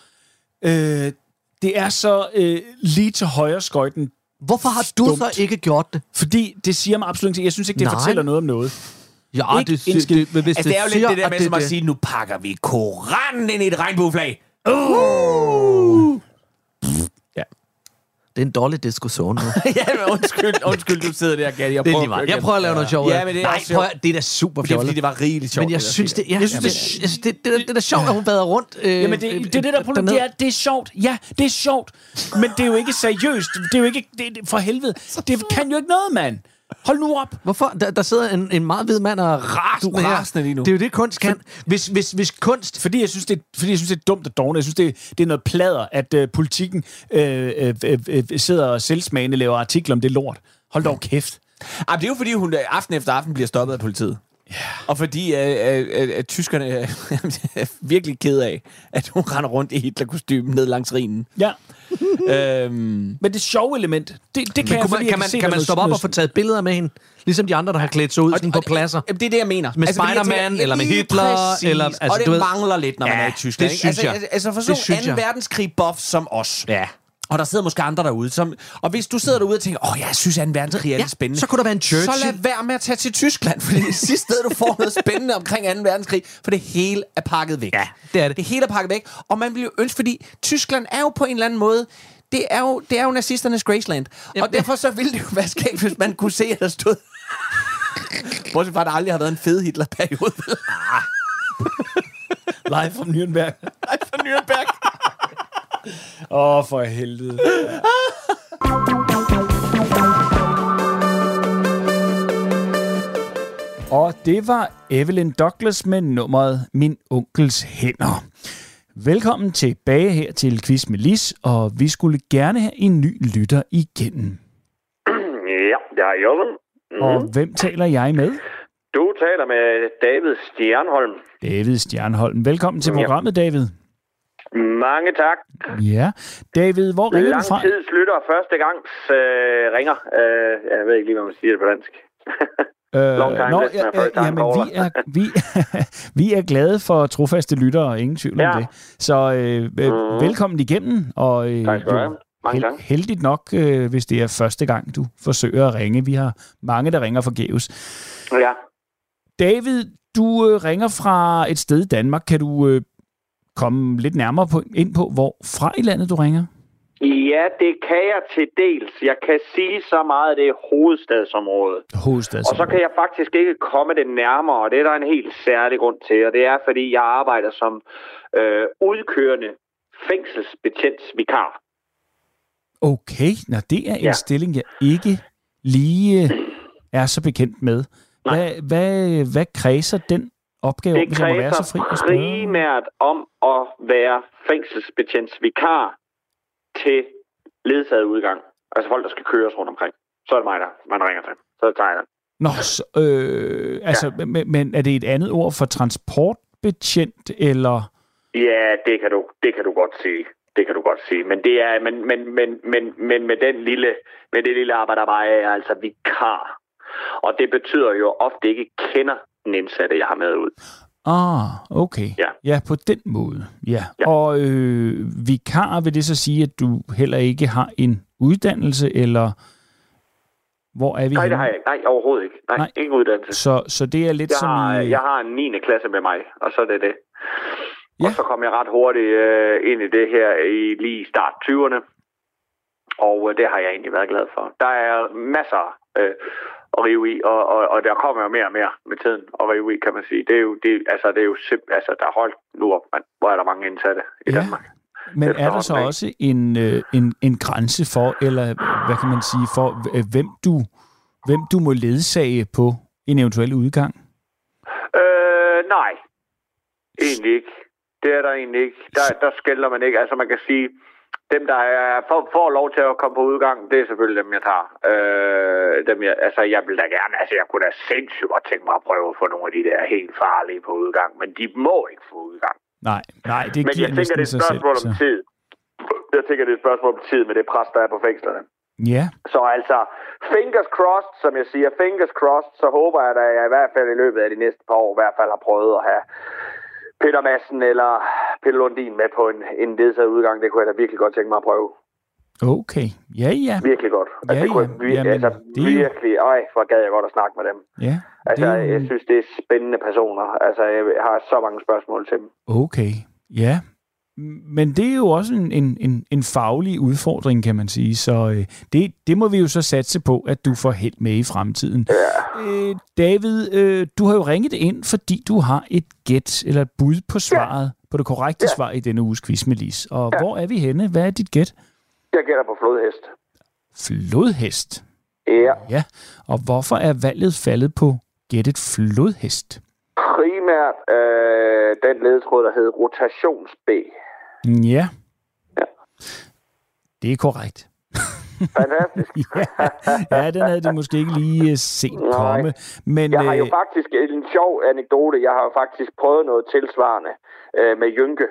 så lige til højre skøjten. Hvorfor har du så ikke gjort det? Fordi det siger mig absolut ikke. Jeg synes ikke, det fortæller noget om noget. Ja, det er jo lidt det der med som at sige, nu pakker vi Koranen ind i et regnbueflag. Ja. Det er en dårlig diskussion nu. Ja, men undskyld, du sidder der, Gatti. Jeg prøver at lave noget sjovt. Ja, men det er det er da super fjollet. Det er fordi, det var rigeligt sjovt. Men jeg synes, det er da sjovt, at hun bader rundt. Jamen, det er det der problem. Det er sjovt. Ja, det er sjovt. Men det er jo ikke seriøst. Det er jo ikke... for helvede. Det kan jo ikke noget, mand. Hold nu op. Hvorfor? Der sidder en meget hvid mand og rasende lige nu. Det er jo det, kunst kan. Hvis kunst... Fordi jeg synes, det er dumt og dårligt. Jeg synes, det er noget plader, at Politikken sidder og selvsmagende laver artikler om det lort. Hold dog kæft. Det er jo fordi, hun aften efter aften bliver stoppet af politiet. Yeah. Og fordi at tyskerne er virkelig ked af, at hun render rundt i Hitler-kostymen ned langs Rhinen. Ja. Men det sjove element, det kan man stoppe op og få taget billeder med hende? Ligesom de andre, der har klædt sig ud sådan på pladser. Det er det, jeg mener. Med Spider-Man, eller med Hitler. Eller, og det mangler lidt, når man er i Tyskland. Det synes jeg. Altså for sådan 2. verdenskrig-buff som os. Ja. Og der sidder måske andre derude. Og hvis du sidder derude og tænker, jeg synes, at 2. verdenskrig er lidt spændende. Så kunne der være en Churchill. Så lad være med at tage til Tyskland, for det er det sidste sted, du får noget spændende omkring 2. verdenskrig, for det hele er pakket væk. Ja, det er det. Det hele er pakket væk, og man vil jo ønske, fordi Tyskland er jo på en eller anden måde, det er jo nazisternes Graceland. Og derfor så ville det jo være skægt, hvis man kunne se, at der stod... Bortset fra, at der aldrig har været en fed Hitler-periode. Live fra Nürnberg. For helvede. Og det var Evelyn Douglas med nummeret Min onkels hænder. Velkommen tilbage her til Quiz med Lis, og vi skulle gerne have en ny lytter igennem. Ja, det er Jørgen. Og hvem taler jeg med? Du taler med David Stjernholm. David Stjernholm. Velkommen til programmet, David. Mange tak. Ja. David, hvor ringer du fra? Langtidslytter, første gangs ringer. Jeg ved ikke lige, hvad man siger det på dansk. Vi er glade for trofaste lyttere, ingen tvivl om det. Så velkommen igennem, og Mange tak. Heldigt nok, hvis det er første gang, du forsøger at ringe. Vi har mange, der ringer forgæves. Ja. David, du ringer fra et sted i Danmark. Kan du komme lidt nærmere ind på, hvor fra i landet du ringer? Ja, det kan jeg til dels. Jeg kan sige så meget, at det er hovedstadsområdet. Og så kan jeg faktisk ikke komme det nærmere, og det er der en helt særlig grund til. Og det er, fordi jeg arbejder som udkørende fængselsbetjentsvikar. Okay, det er en stilling, jeg ikke lige er så bekendt med. Hvad kredser den opgave, hvis man må være så fri at spørge? Det kredser primært om at være fængselsbetjentsvikar til ledsaget udgang. Altså folk, der skal køres rundt omkring. Så er det mig, der man ringer til. Så tager jeg den. Men er det et andet ord for transportbetjent, eller? Ja, det kan du godt sige. Det kan du godt sige. Men det er men med det lille arbejde, der er jeg altså vikar. Og det betyder jo ofte ikke kender den indsatte, jeg har med ud. Okay. Ja, på den måde. Ja. Og vikar, vil det så sige, at du heller ikke har en uddannelse, eller hvor er vi henne? Det har jeg ikke. Nej, overhovedet ikke. Nej, ingen uddannelse. Så det er lidt jeg har en 9. klasse med mig, og så er det det. Ja. Og så kom jeg ret hurtigt ind i det her lige i start 20'erne. Og det har jeg egentlig været glad for. Der er masser at rive i, og der kommer jo mere og mere med tiden at rive i, kan man sige. Det er jo simpelthen, der er holdt nu op, hvor er der mange indsatte i Danmark. Men er der så også en grænse for, eller hvad kan man sige, for hvem du må ledsage på en eventuel udgang? Nej, egentlig ikke. Det er der egentlig ikke. Der skelner man ikke. Altså man kan sige, Dem, der får lov til at komme på udgang, det er selvfølgelig dem, jeg tager. Jeg vil da gerne, jeg kunne da sindssygt godt tænke mig at prøve at få nogle af de der helt farlige på udgang, men de må ikke få udgang. Nej, det men giver næsten sig selv. Jeg tænker, det er et spørgsmål om tid med det pres, der er på fængslerne. Ja. Så altså, fingers crossed, som jeg siger, fingers crossed, så håber jeg, at jeg i hvert fald i løbet af de næste par år i hvert fald har prøvet at have Peter Madsen eller Peter Lundin med på en ledsaget udgang. Det kunne jeg da virkelig godt tænke mig at prøve. Okay, ja. Virkelig godt. Ja. Virkelig, hvor gad jeg godt at snakke med dem. Ja. Jeg synes, det er spændende personer. Jeg har så mange spørgsmål til dem. Okay, ja. Men det er jo også en faglig udfordring, kan man sige. Så det må vi jo så satse på, at du får held med i fremtiden. Ja. David, du har jo ringet ind, fordi du har et gæt eller et bud på svaret, på det korrekte svar i denne uges quiz med Lis. Og hvor er vi henne? Hvad er dit gæt? Jeg gætter på flodhest. Flodhest? Ja. Og hvorfor er valget faldet på gættet flodhest? Primært den ledetråd, der hedder rotations-B. Ja. Det er korrekt. Fantastisk. ja, den havde du måske ikke lige set komme. Men, jeg har jo faktisk en sjov anekdote. Jeg har jo faktisk prøvet noget tilsvarende med Jynke.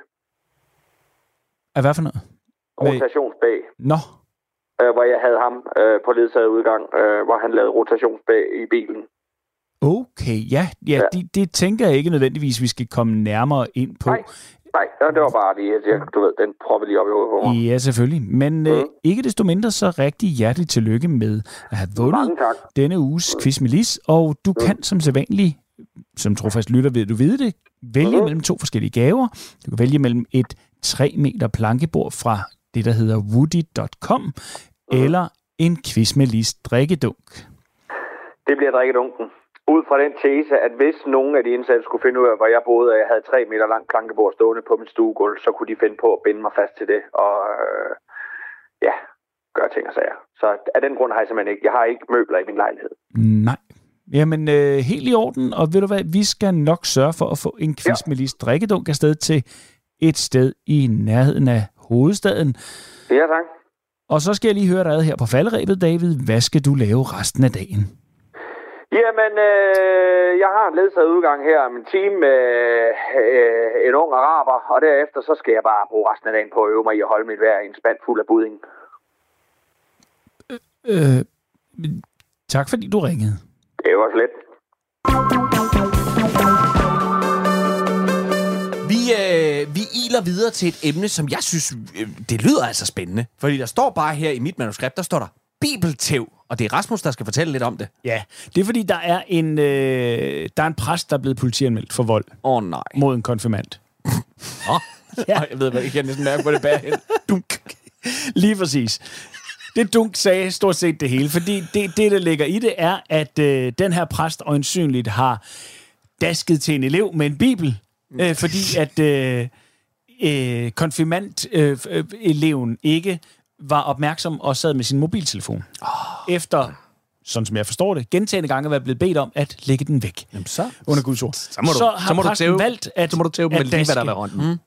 Hvad for noget? Rotations-B. Nå. Hvor jeg havde ham på ledsaget udgang, hvor han lavede rotations-B i bilen. Okay, ja. Det tænker jeg ikke nødvendigvis, vi skal komme nærmere ind på. Nej, det var bare lige, du ved, den propper lige op i hovedet på mig. Ja, selvfølgelig. Men ikke desto mindre så rigtig hjerteligt tillykke med at have vundet denne uges quiz med Lis. Og du kan som sædvanligt, som trofast lytter ved du vide det, vælge mellem 2 forskellige gaver. Du kan vælge mellem et 3 meter plankebord fra det, der hedder woody.com, eller en quiz med Lis drikkedunk. Det bliver drikkedunken. Ud fra den tese, at hvis nogen af de indsatte skulle finde ud af, hvor jeg boede, og jeg havde 3 meter langt plankebord stående på min stuegulv, så kunne de finde på at binde mig fast til det, og gøre ting og sager. Så af den grund har jeg simpelthen ikke. Jeg har ikke møbler i min lejlighed. Nej. Jamen, helt i orden, og ved du hvad, vi skal nok sørge for at få en quiz med Lis drikkedunk afsted til et sted i nærheden af hovedstaden. Ja, tak. Og så skal jeg lige høre dig her på falderebet, David. Hvad skal du lave resten af dagen? Jamen, jeg har en ledsaget udgang her om en time med en ung araber, og derefter så skal jeg bare bruge resten af dagen på at øve mig i at holde mit vejr i en spand fuld af budding. Tak fordi du ringede. Det var slet. Vi iler videre til et emne, som jeg synes, det lyder altså spændende. Fordi der står bare her i mit manuskript, der står der bibeltæv. Og det er Rasmus, der skal fortælle lidt om det. Ja, det er fordi, der er en præst, der er blevet politianmeldt for vold. Nej. Mod en konfirmand. Ja. Jeg ved, hvad jeg kan næsten mærke på det bære hen. Dunk. Lige præcis. Det Dunk sagde stort set det hele, fordi det der ligger i det, er, at den her præst øjensynligt har dasket til en elev med en bibel, fordi at konfirmand-eleven ikke var opmærksom og sad med sin mobiltelefon. Efter, sådan som jeg forstår det, gentagne gange var blevet bedt om at lægge den væk. Jamen så. Under Guds ord. Så har præsten valgt at tæve dem med lige, hvad der er hånden.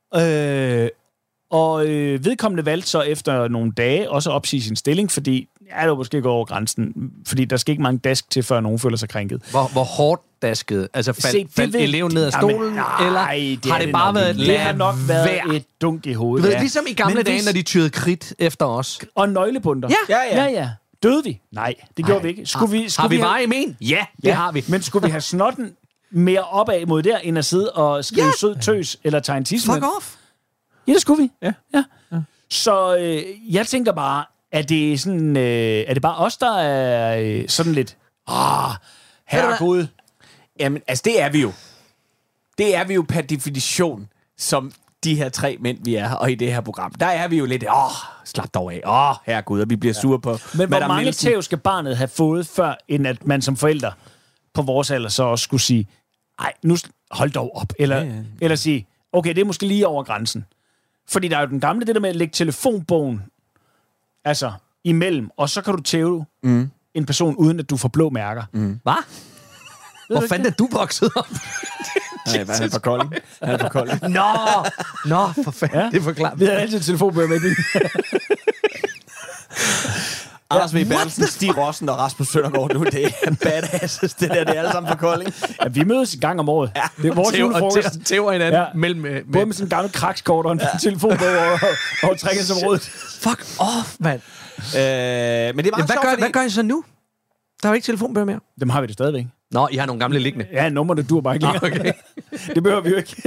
Og vedkommende valgte så efter nogle dage også at opsige sin stilling, fordi det var måske gå over grænsen, fordi der skal ikke mange dask til, før nogen føler sig krænket. Hvor hårdt dasket? Altså faldt eleven ned af stolen? Eller har det bare været det har nok været et dunk i hovedet? Du ved, ligesom i gamle dage, når de tyrede kridt efter os. Og nøglebunder. Ja. Døde vi? Nej, det gjorde vi ikke. Har vi bare i men? Ja, det har vi. Men skulle vi have snotten mere opad mod der, end at sidde og skrive sød tøs eller tegne tidsmænd? Fuck off. Ja, det skulle vi. Ja. Så jeg tænker bare, at det er sådan, er det bare os, der er sådan lidt, herregud. Jamen, altså det er vi jo. Det er vi jo per definition, som de her 3 mænd, vi er, og i det her program. Der er vi jo lidt, slap dog af. Herregud, og vi bliver sure på Men hvor mange tæv skal barnet have fået, før end at man som forælder på vores alder så også skulle sige, ej, nu hold dog op. Eller sige, okay, det er måske lige over grænsen. Fordi der er jo den gamle, det der med at lægge telefonbogen altså imellem, og så kan du tæve en person, uden at du får blå mærker. Hvad? Hvor fanden er du vokset op? Nej, han er fra Kolding. Han er fra Kolding. Nå, for fanden, ja. Det forklarer. Vi havde altid telefonbøger med i bilen. Anders V. Bertelsen, Stig Rossen og Rasmus Søndergaard nu, det er badasses, det er alle sammen fra Kolding. Ja, vi mødes en gang om året. Ja. Det er vores julefrokost. Tæver hinanden mellem... Både med sådan en gammel krakskort og en telefonbog og trækker som råd. Fuck off, mand. Men det er meget sjovt, hvad gør I så nu? Der er jo ikke telefonbøger mere. Dem har vi det stadigvæk. Nå, I har nogle gamle liggende. Ja, nummerne dur bare ikke længere. Okay. Det behøver vi jo ikke.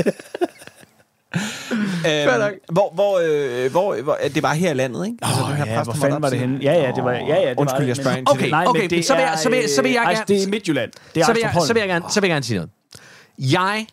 Hvor det var her i landet, ikke? Hvor fanden var det henne? Ja, det var... Ja, undskyld, jeg spørger ind til det. Okay, det så vil jeg gerne... Altså, det er Midtjylland. Det er så vil jeg gerne sige noget. Jeg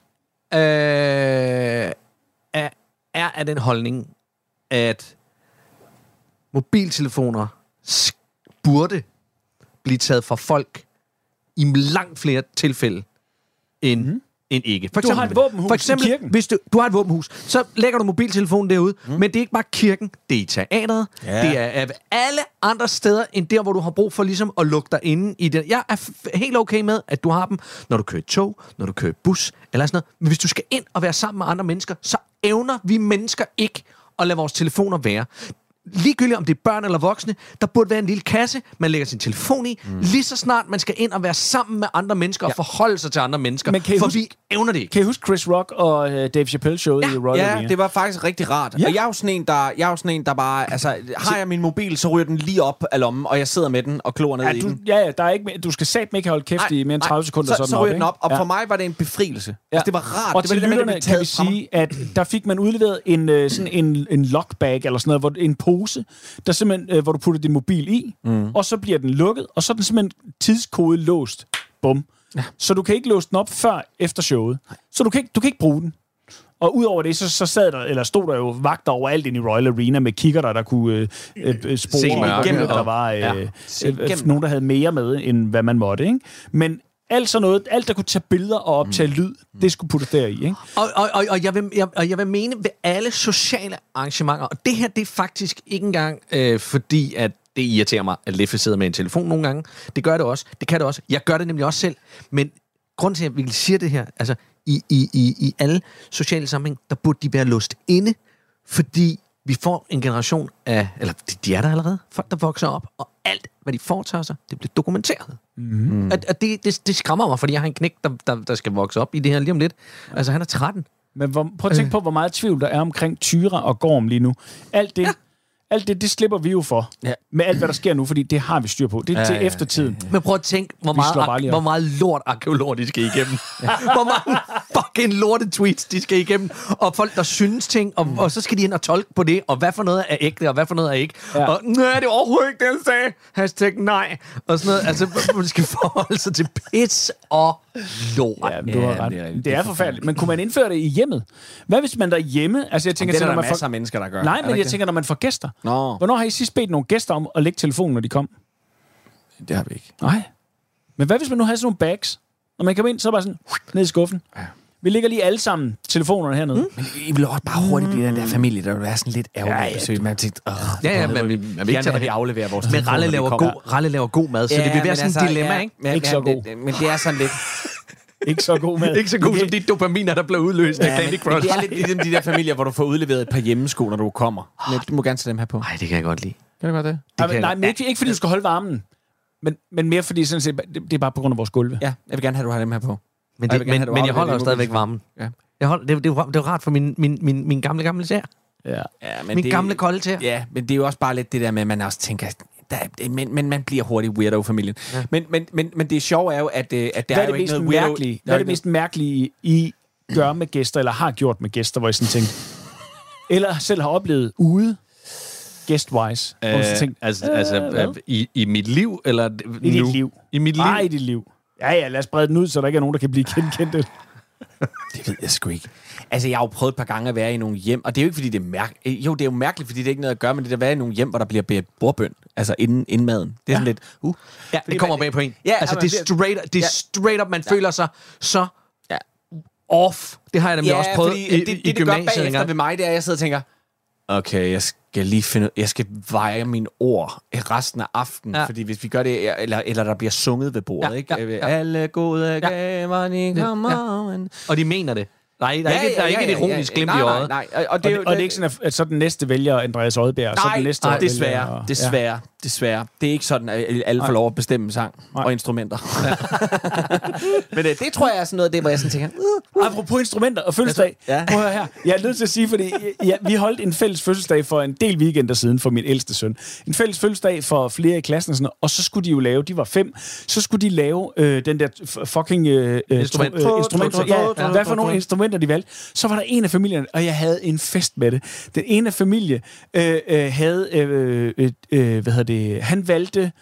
er af den holdning, at mobiltelefoner burde blive taget fra folk i langt flere tilfælde end ikke. Du har et våbenhus i kirken. Hvis du har et våbenhus, så lægger du mobiltelefonen derude, men det er ikke bare kirken, det er i teateret, det er af alle andre steder, end der, hvor du har brug for ligesom at lukke dig inde i det. Jeg er helt okay med, at du har dem, når du kører tog, når du kører bus, eller sådan noget. Men hvis du skal ind og være sammen med andre mennesker, så evner vi mennesker ikke at lade vores telefoner være. Ligegyldigt om det er børn eller voksne, der burde være en lille kasse, man lægger sin telefon i, lige så snart man skal ind og være sammen med andre mennesker og forholde sig til andre mennesker, for vi evner det ikke. Kan I huske Chris Rock og Dave Chappelle showet i Royal Arena? Ja, det var faktisk rigtig rart. Ja. Og jeg er jo sådan en, der bare, altså, har jeg min mobil, så ryger den lige op af lommen, og jeg sidder med den og klor ned i den. Ja, der er ikke, du skal satme ikke holde kæft i mere end 30 sekunder. Så ryger den op, og for mig var det en befrielse. Ja. Altså, det var rart. Og det til lytterne kan vi sige, at der fik man udleveret en lockbag, eller sådan noget, en pose, der simpelthen, hvor du putter din mobil i, og så bliver den lukket, og så er den simpelthen tidskode låst. Bum. Ja. Så du kan ikke låse den op før efter showet. Så du kan ikke bruge den. Og udover det, så stod der jo vagter overalt inde i Royal Arena med kikkerter, der kunne spore igennem, der var nogen, der havde mere med, end hvad man måtte. Ikke? Men alt der kunne tage billeder og optage lyd, det skulle puttes deri, ikke? Og jeg vil mene ved alle sociale arrangementer, og det her, det er faktisk ikke engang fordi, at det irriterer mig, at Leffe sidder med en telefon nogle gange. Det gør det også. Det kan det også. Jeg gør det nemlig også selv. Men grunden til, at vi siger det her, altså i alle sociale sammenhæng, der burde de være låst inde, fordi vi får en generation af, eller de er der allerede, folk der vokser op, og alt, hvad de foretager sig, det bliver dokumenteret. Mm-hmm. At det skræmmer mig, fordi jeg har en knægt, der skal vokse op i det her lige om lidt. Altså, han er 13. Men prøv at tænke på, hvor meget tvivl der er omkring Tyra og Gorm lige nu. Alt det slipper vi jo for. Ja. Med alt, hvad der sker nu, fordi det har vi styr på. Det er til eftertiden. Men prøv at tænke, hvor meget lort arkeologer de skal igennem. Hvor mange fucking lorte tweets de skal igennem. Og folk, der synes ting, og så skal de ind og tolke på det, og hvad for noget er ægte, og hvad for noget er ikke. Ja. Og nej, det er overhovedet ikke det, jeg sagde. #nej. Og sådan noget. Altså, man skal forholde sig til pis og lort. Ja, men du har ret. Det er forfærdeligt. Men kunne man indføre det i hjemmet? Hvad hvis man derhjemme... Altså, jeg tænker, det er der masser af mennesker, der gør. Nej, men jeg tænker, når man får gæster. Nå. Hvornår har I sidst bedt nogle gæster om at lægge telefonen, når de kom? Det har vi ikke. Nej. Men hvad hvis man nu har sådan nogle bags? Når man kommer ind, så er bare sådan, ned i skuffen. Ja. Vi ligger lige alle sammen telefonerne hernede. Men I vil også bare hurtigt blive den der familie, der vil være sådan lidt ærgerlig. Ja, man tænkte, men vi ikke tage, at vi afleverer vores men Ralle laver god mad, så det vil være sådan et dilemma, ikke? Ikke så god. Men det er sådan lidt... Ikke så god mad. Ikke så god som de dopaminer, der blev udløst af Candy Crush. Det er lidt ligesom de der familier, hvor du får udleveret et par hjemmesko, når du kommer. Men du må gerne tage dem her på. Nej, det kan jeg godt lide. Kan du godt det? Nej, men ikke fordi du skal holde varmen. Men mere fordi sådan set, det er bare på grund af vores gulve. Ja, jeg vil gerne have, at du har dem her på. Men jeg holder jo stadigvæk varmen. Ja. Det er jo rart for min gamle tæer. Ja, min gamle kolde tæer. Ja, men det er jo også bare lidt det der med, at man også tænker... Men man bliver hurtigt weirdo-familien. Ja. Men det sjove er jo, at der er jo ikke noget weirdo... Hvad er det mest mærkelige, I gør med gæster, eller har gjort med gæster, hvor I sådan tænkt, eller selv har oplevet ude, guest-wise? I mit liv, eller i nu? Dit liv. I mit liv? Nej, i dit liv. Ja, lad os brede den ud, så der ikke er nogen, der kan blive genkendt. Det ved jeg sgu ikke. Altså, jeg har jo prøvet et par gange at være i nogle hjem, og det er jo ikke, fordi det er mærkeligt. Jo, det er jo mærkeligt, fordi det er ikke noget at gøre, men det er at være i nogle hjem, hvor der bliver bedt bordbøn, altså inden maden. Det er sådan lidt... Ja, det kommer bag på en. Ja, altså, det er straight up, man føler sig så off. Det har jeg nemlig også prøvet i gymnasiet. Det gør bagefter ved mig, det er, at jeg sidder og tænker, okay, Jeg skal veje mine ord resten af aftenen, fordi hvis vi gør det, eller der bliver sunget ved bordet, ikke? Alle gode gaver, de kommer. Ja. Og de mener det. Nej, der er ikke et ironisk glimt i øjet. Nej. Og det er ikke sådan, at så den næste vælger Andreas Oddbjerg. Nej, den næste desværre. Det er ikke sådan, at alle får lov at bestemme sang og instrumenter. Men det tror jeg er sådan noget af det, hvor jeg sådan tænker... Apropos instrumenter og fødselsdag. Prøv at høre her. Jeg er nødt til at sige, fordi vi holdt en fælles fødselsdag for en del weekender siden for min ældste søn. En fælles fødselsdag for flere i klassen og sådan noget. Og så skulle de jo lave, de var 5, så skulle de lave den der fucking instrumenter. Hvad for nogle instrumenter de valgte. Så var der en af familierne, og jeg havde en fest med det. Den ene af familie havde han valgte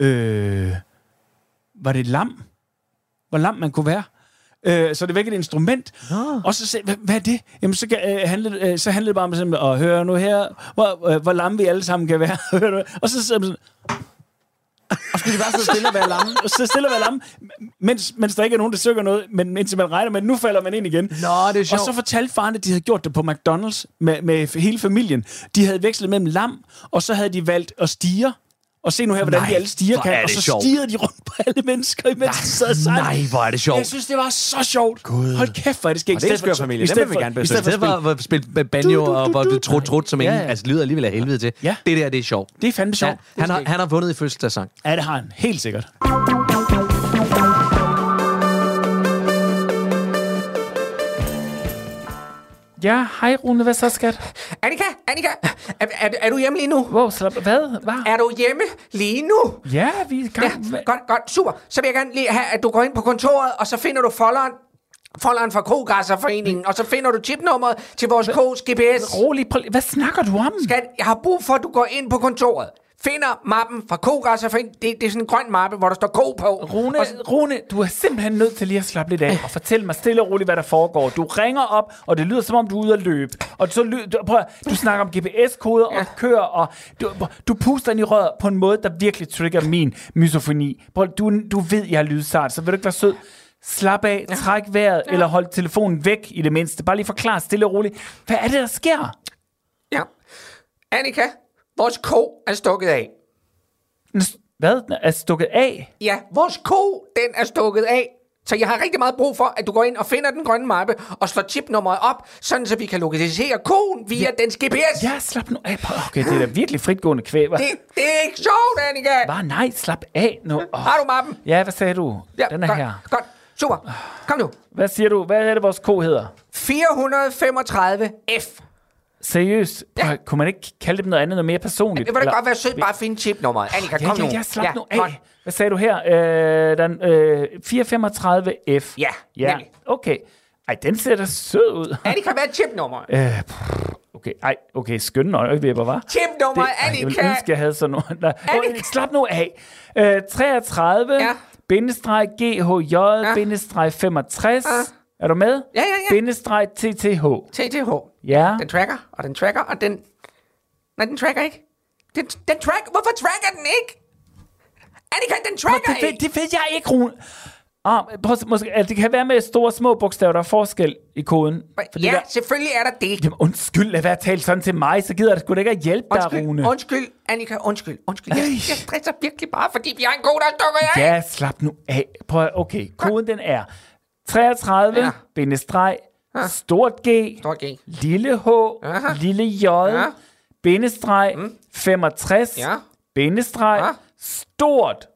var det lam? Hvor lam man kunne være. Så det var ikke et instrument. Og så sagde hvad er det? Jamen, så handlede det bare om at høre nu her, hvor lam vi alle sammen kan være. Og så sidder man sådan... Og skulle de bare så stille og være lamme? Så stille og være lamme, mens der ikke er nogen, der søger noget, men indtil man regner med, nu falder man ind igen. Nå, det er sjovt. Og så fortalte faren, at de havde gjort det på McDonald's med hele familien. De havde vekslet mellem lam, og så havde de valgt at stige. Og se nu her, hvordan de alle stiger kan. Og så stirrede de rundt på alle mennesker, imens de sad sammen. Nej, hvor er det sjovt. Jeg synes, det var så sjovt. God. Hold kæft, hvor er det skægt. Og det er en skør familie. Det vil vi gerne besøge. I stedet for at spille banjo og hvor du trut som ingen. Altså, det lyder alligevel af helvede til. Ja. Det der, det er sjovt. Det er fandme sjovt. Ja, han har vundet i fødselsdagssang. Ja, det har han. Helt sikkert. Ja, hej Rune, hvad så, skat? Annika, er du hjemme lige nu? Wow, hvad? Er du hjemme lige nu? Ja, vi er i gang. Ja, godt, super. Så vil jeg gerne lige have, at du går ind på kontoret, og så finder du folderen fra Kogræsserforeningen, og så finder du chipnummeret til vores Kogs GPS. Rolig, hvad snakker du om? Skat, jeg har brug for, at du går ind på kontoret. Finder mappen fra Kogræsserforeningen. Det er sådan en grøn mappe, hvor der står Kog på. Rune, du er simpelthen nødt til lige at slappe lidt af og fortælle mig stille og roligt, hvad der foregår. Du ringer op, og det lyder som om, du er ude at løbe. Og så du snakker om GPS-koder og kører, og du puster ind i røret på en måde, der virkelig trigger min misofoni. Du ved, jeg er lydsart, så vil du ikke være sød? Slap af, træk vejret, eller hold telefonen væk i det mindste. Bare lige forklar stille og roligt. Hvad er det, der sker? Ja. Annika, vores ko er stukket af. Hvad? Er stukket af? Ja, vores ko, den er stukket af. Så jeg har rigtig meget brug for, at du går ind og finder den grønne mappe og slår chipnummeret op, sådan så vi kan lokalisere koen via dens GPS. Ja, slap nu af. Okay, det er da virkelig fritgående kvæg. Det er ikke sjovt, Annika. Bare nej, slap af nu. Har du mappen? Ja, hvad sagde du? Ja, den er godt, her. Godt, super. Kom nu. Hvad siger du? Hvad er det, vores ko hedder? 435F. Seriøst? Ja. Kunne man ikke kalde det noget andet, noget mere personligt? Det vil da godt være sødt, bare at finde chipnummeret. Annika, kom nu. Ja, slap nu af. Hvad sagde du her? 435F. Ja, nemlig. Okay. Ej, den ser da sød ud. Annika, hvad er chipnummeret? Okay, skønne øjebæber, hva? Chipnummeret, Annika. Jeg ville ønske, jeg havde sådan noget. Slap nu af. 33, bindestreg GHJ, bindestreg 65. Er du med? Ja. Bindestreg TTH. TTH. Ja. Den tracker, og den... Nej, den tracker ikke. Den tracker... Hvorfor tracker den ikke? Annika, den tracker ikke. Det ved jeg ikke, Rune. Det kan være med store og små bogstaver, der er forskel i koden. Ja, selvfølgelig er der det. Jamen, undskyld, lad være at tale sådan til mig, så gider jeg sgu da ikke at hjælpe dig, Rune. Undskyld, Annika, undskyld. Jeg stresser virkelig bare, fordi vi har en kode, der stukker af. Ja, slap nu af. Okay, koden den er 33, bindestreg, stort G, lille H, lille J, bindestreg, 65, bindestreg, stort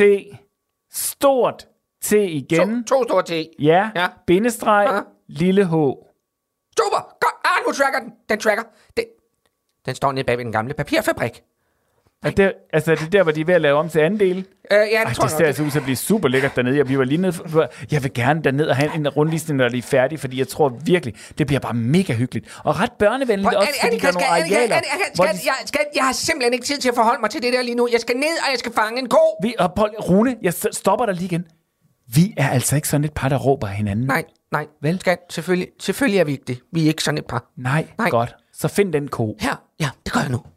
T igen. To store T. Ja, bindestreg, lille H. Super, godt. Nu tracker den. Den tracker. Den står nede bag ved den gamle papirfabrik. Det er der, hvor de er ved at lave om til anden del. Ja, det tror det ser altså ud til at blive super lækkert dernede. Jeg bliver lige nede. Jeg vil gerne derned og have en rundvisning, når de er færdige, fordi jeg tror virkelig, det bliver bare mega hyggeligt. Og ret børnevenligt også, fordi der er nogle arealer. Jeg har simpelthen ikke tid til at forholde mig til det der lige nu. Jeg skal ned, og jeg skal fange en ko. Rune, jeg stopper dig lige igen. Vi er altså ikke sådan et par, der råber hinanden. Nej. Vel? Skat, selvfølgelig er vi ikke det. Vi er ikke sådan et par. Nej. Godt. Så find den ko. Her, ja, det gør jeg nu.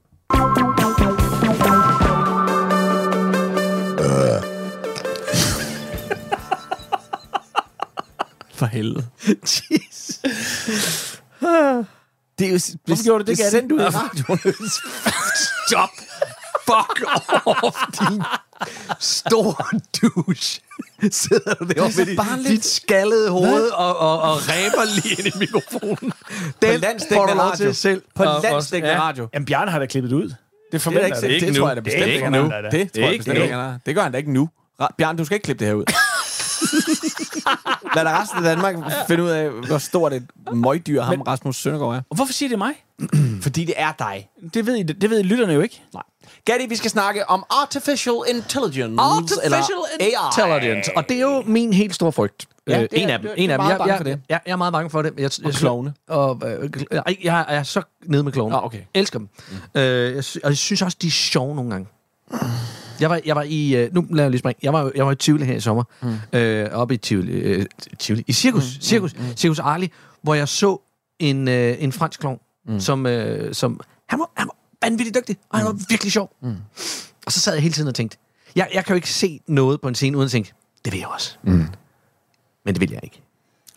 For helvede. Jesus. Det er jo... Hvorfor gjorde du det, Gatti? Sendt ud i radioen. Stop! Fuck off, din store douche. Sidder du deroppe med dit skaldede hoved og ræber lige ind i mikrofonen. Den får du lov til selv. På landsdækkende radio. Jamen, Bjarne har da klippet ud. Det forventer jeg ikke. Det tror jeg da bestemt ikke nu. Det tror jeg bestemt ikke. Det gør han da ikke nu. Bjarne, du skal ikke klippe det her ud. Lad da resten af Danmark finde ud af, hvor stort et møgdyr ham Rasmus Søndergaard er. Og hvorfor siger det mig? Fordi det er dig. Det ved lytterne jo ikke. Nej. Gatti, vi skal snakke om Artificial Intelligence. Intelligence. Og det er jo min helt store frygt. Ja, en af dem. Jeg er meget bange for det. Og klovne. Jeg er så nede med klovne. Okay. Elsker dem. Og jeg synes også, de er sjove nogle gange. Jeg var i... nu lader jeg lige springe. Jeg var i Tivoli her i sommer. Oppe i Tivoli. I Circus Arli, hvor jeg så en fransk klovn, som han var vanvittigt dygtig, og han var virkelig sjov. Og så sad jeg hele tiden og tænkte, jeg kan jo ikke se noget på en scene, uden at tænke, det vil jeg også. Men det vil jeg ikke.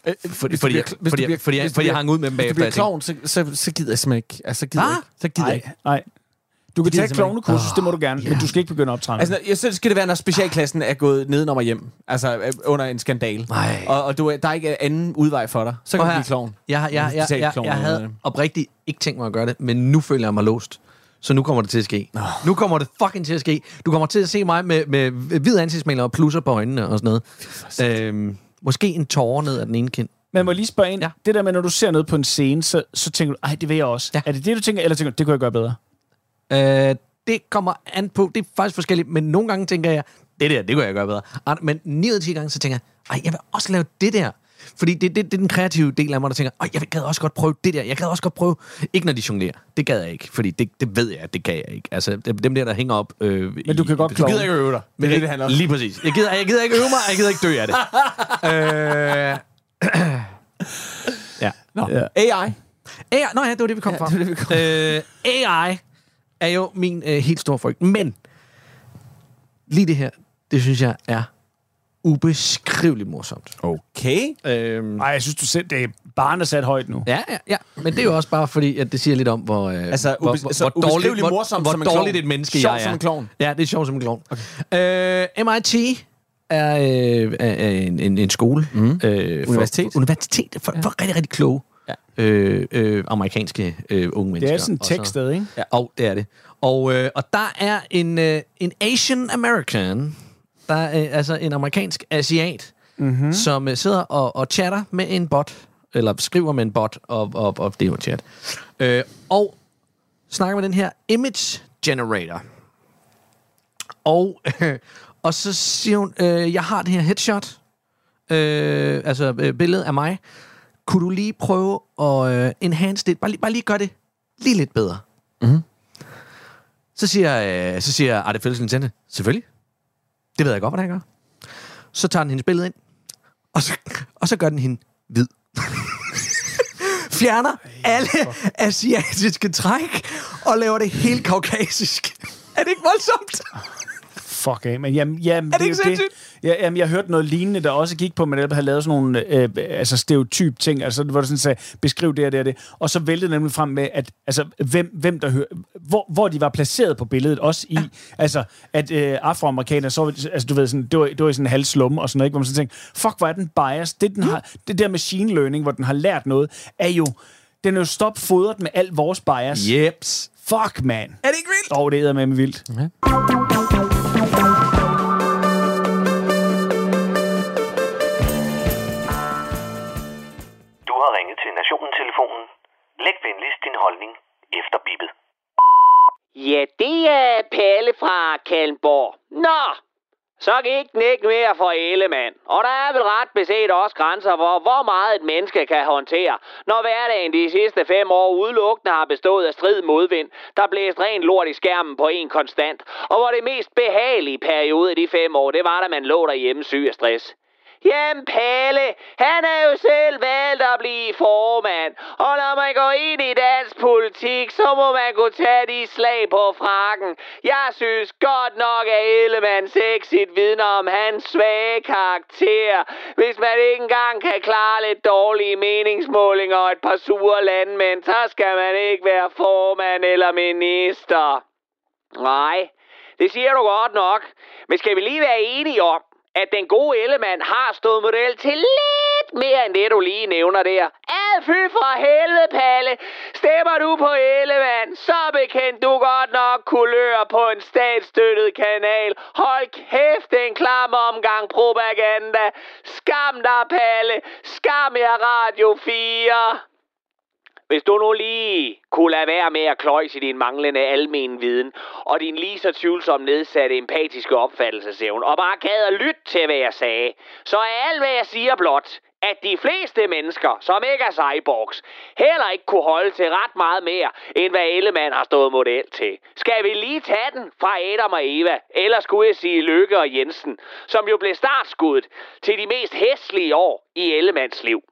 Fordi jeg hang ud med dem bagefter. Hvis du bliver klovn, så gider jeg simpelthen ikke. Altså, så gider jeg ikke. Nej. Du kan tage et klovnekursus, det må du gerne, men du skal ikke begynde at optræne. Altså, jeg synes, skal det være, når specialklassen er gået nedenom og hjem. Altså, under en skandal. Og der er ikke anden udvej for dig. Så kan du blive klovn. Jeg havde oprigtigt ikke tænkt mig at gøre det, men nu føler jeg mig låst. Så nu kommer det til at ske. Nu kommer det fucking til at ske. Du kommer til at se mig med hvid ansigtsmaler og plusser på øjnene og sådan noget. Måske en tårer ned af den ene kind. Men må lige spørge ind. Det der med, når du ser noget på en scene, så tænker du, ej, det vil jeg også. Ja. Er det det, du tænker, eller tænker du, det kunne jeg gøre bedre? Det kommer an på, det er faktisk forskelligt, men nogle gange tænker jeg, det kunne jeg gøre bedre. Men 9 ud af 10 gange, så tænker jeg, jeg vil også lave det der. Fordi det er den kreative del af mig, der tænker, jeg gad også godt prøve det der. Jeg gad også godt prøve, ikke når de jonglerer. Det gad jeg ikke, fordi det ved jeg, at det kan jeg ikke. Altså, dem der hænger op... men du kan godt klovne. Du gider ikke øve dig. Men det handler om. Lige præcis. Jeg gider ikke øve mig, og jeg gider ikke dø af det. AI. Nå ja, det var det, vi kom fra. AI er jo min helt store frygt. Men lige det her, det synes jeg er ubeskriveligt morsomt. Okay. Jeg synes, det er barnet sat højt nu. Ja. Men det er jo også bare fordi, at det siger lidt om, hvor dårligt et menneske jeg er. Sjov som en klovn. Ja, det er sjovt som en klovn. Okay. MIT er en skole. Universitet for rigtig, rigtig kloge. Amerikanske unge mennesker. Det er sådan et tekststed, ikke? Ja. Det er det. Og der er en Asian American, der er altså en amerikansk asiat, som sidder og chatter med en bot, eller skriver med en bot, og det er jo en chat. Og snakker med den her image generator. Og så siger hun, jeg har det her headshot, billedet af mig. Kunne du lige prøve at enhance det? Bare lige gøre det lige lidt bedre. Så siger Artificial Intelligence, selvfølgelig. Det ved jeg godt, hvordan jeg gør. Så tager den hendes billede ind, og så gør den hende hvid. Fjerner alle asiatiske træk, og laver det helt kaukasisk. Er det ikke voldsomt? Fuck af, men jamen, er det ikke sindssygt? Jamen, jeg hørte noget lignende, der også gik på, men der havde lavet sådan nogle stereotyp ting, altså hvor det sådan sagde, beskriv det og det, og så væltede nemlig frem med, at altså, hvem der hører, hvor de var placeret på billedet, også i, altså, at afroamerikanere, så, altså du ved, sådan, det var i sådan en halv slumme og sådan noget, ikke, hvor man så tænkte, fuck, hvor er den bias, det der machine learning, hvor den har lært noget, den er jo stopfodret med al vores bias. Jeps. Fuck, man. Er det ikke vildt? Det er med vildt. Okay. Du har ringet til Nationen-telefonen. Læg venligst din holdning efter bippet. Ja, det er Palle fra Kalmborg. Nå, så gik den ikke mere for Ellemann. Og der er vel ret beset også grænser for, hvor meget et menneske kan håndtere, når hverdagen de sidste 5 år udelukkende har bestået af strid modvind, der blæst ren lort i skærmen på en konstant, og hvor det mest behagelige periode af de 5 år, det var, da man lå derhjemme syg af stress. Jamen Palle, han er jo selv valgt at blive formand. Og når man går ind i dansk politik, så må man kunne tage de slag på frakken. Jeg synes godt nok, at Ellemanns exit vidner om hans svage karakter. Hvis man ikke engang kan klare lidt dårlige meningsmålinger og et par sure landmænd, så skal man ikke være formand eller minister. Nej, det siger du godt nok. Men skal vi lige være enige om, at den gode Ellemann har stået model til lidt mere end det, du lige nævner der. Fy for helvede, Palle. Stemmer du på Ellemann, så bekendt du godt nok kulør på en statsstøttet kanal. Hold kæft, en klam omgang propaganda. Skam dig, Palle. Skam jer Radio 4. Hvis du nu lige kunne lade være med at kløjse din manglende almen viden og din lige så tvivlsomt nedsatte empatiske opfattelsesevne og bare gad at lytte til, hvad jeg sagde, så er alt, hvad jeg siger blot, at de fleste mennesker, som ikke er cyborgs, heller ikke kunne holde til ret meget mere, end hvad Ellemann har stået model til. Skal vi lige tage den fra Adam og Eva, eller skulle jeg sige Lykke og Jensen, som jo blev startskuddet til de mest hæslige år i Ellemanns liv.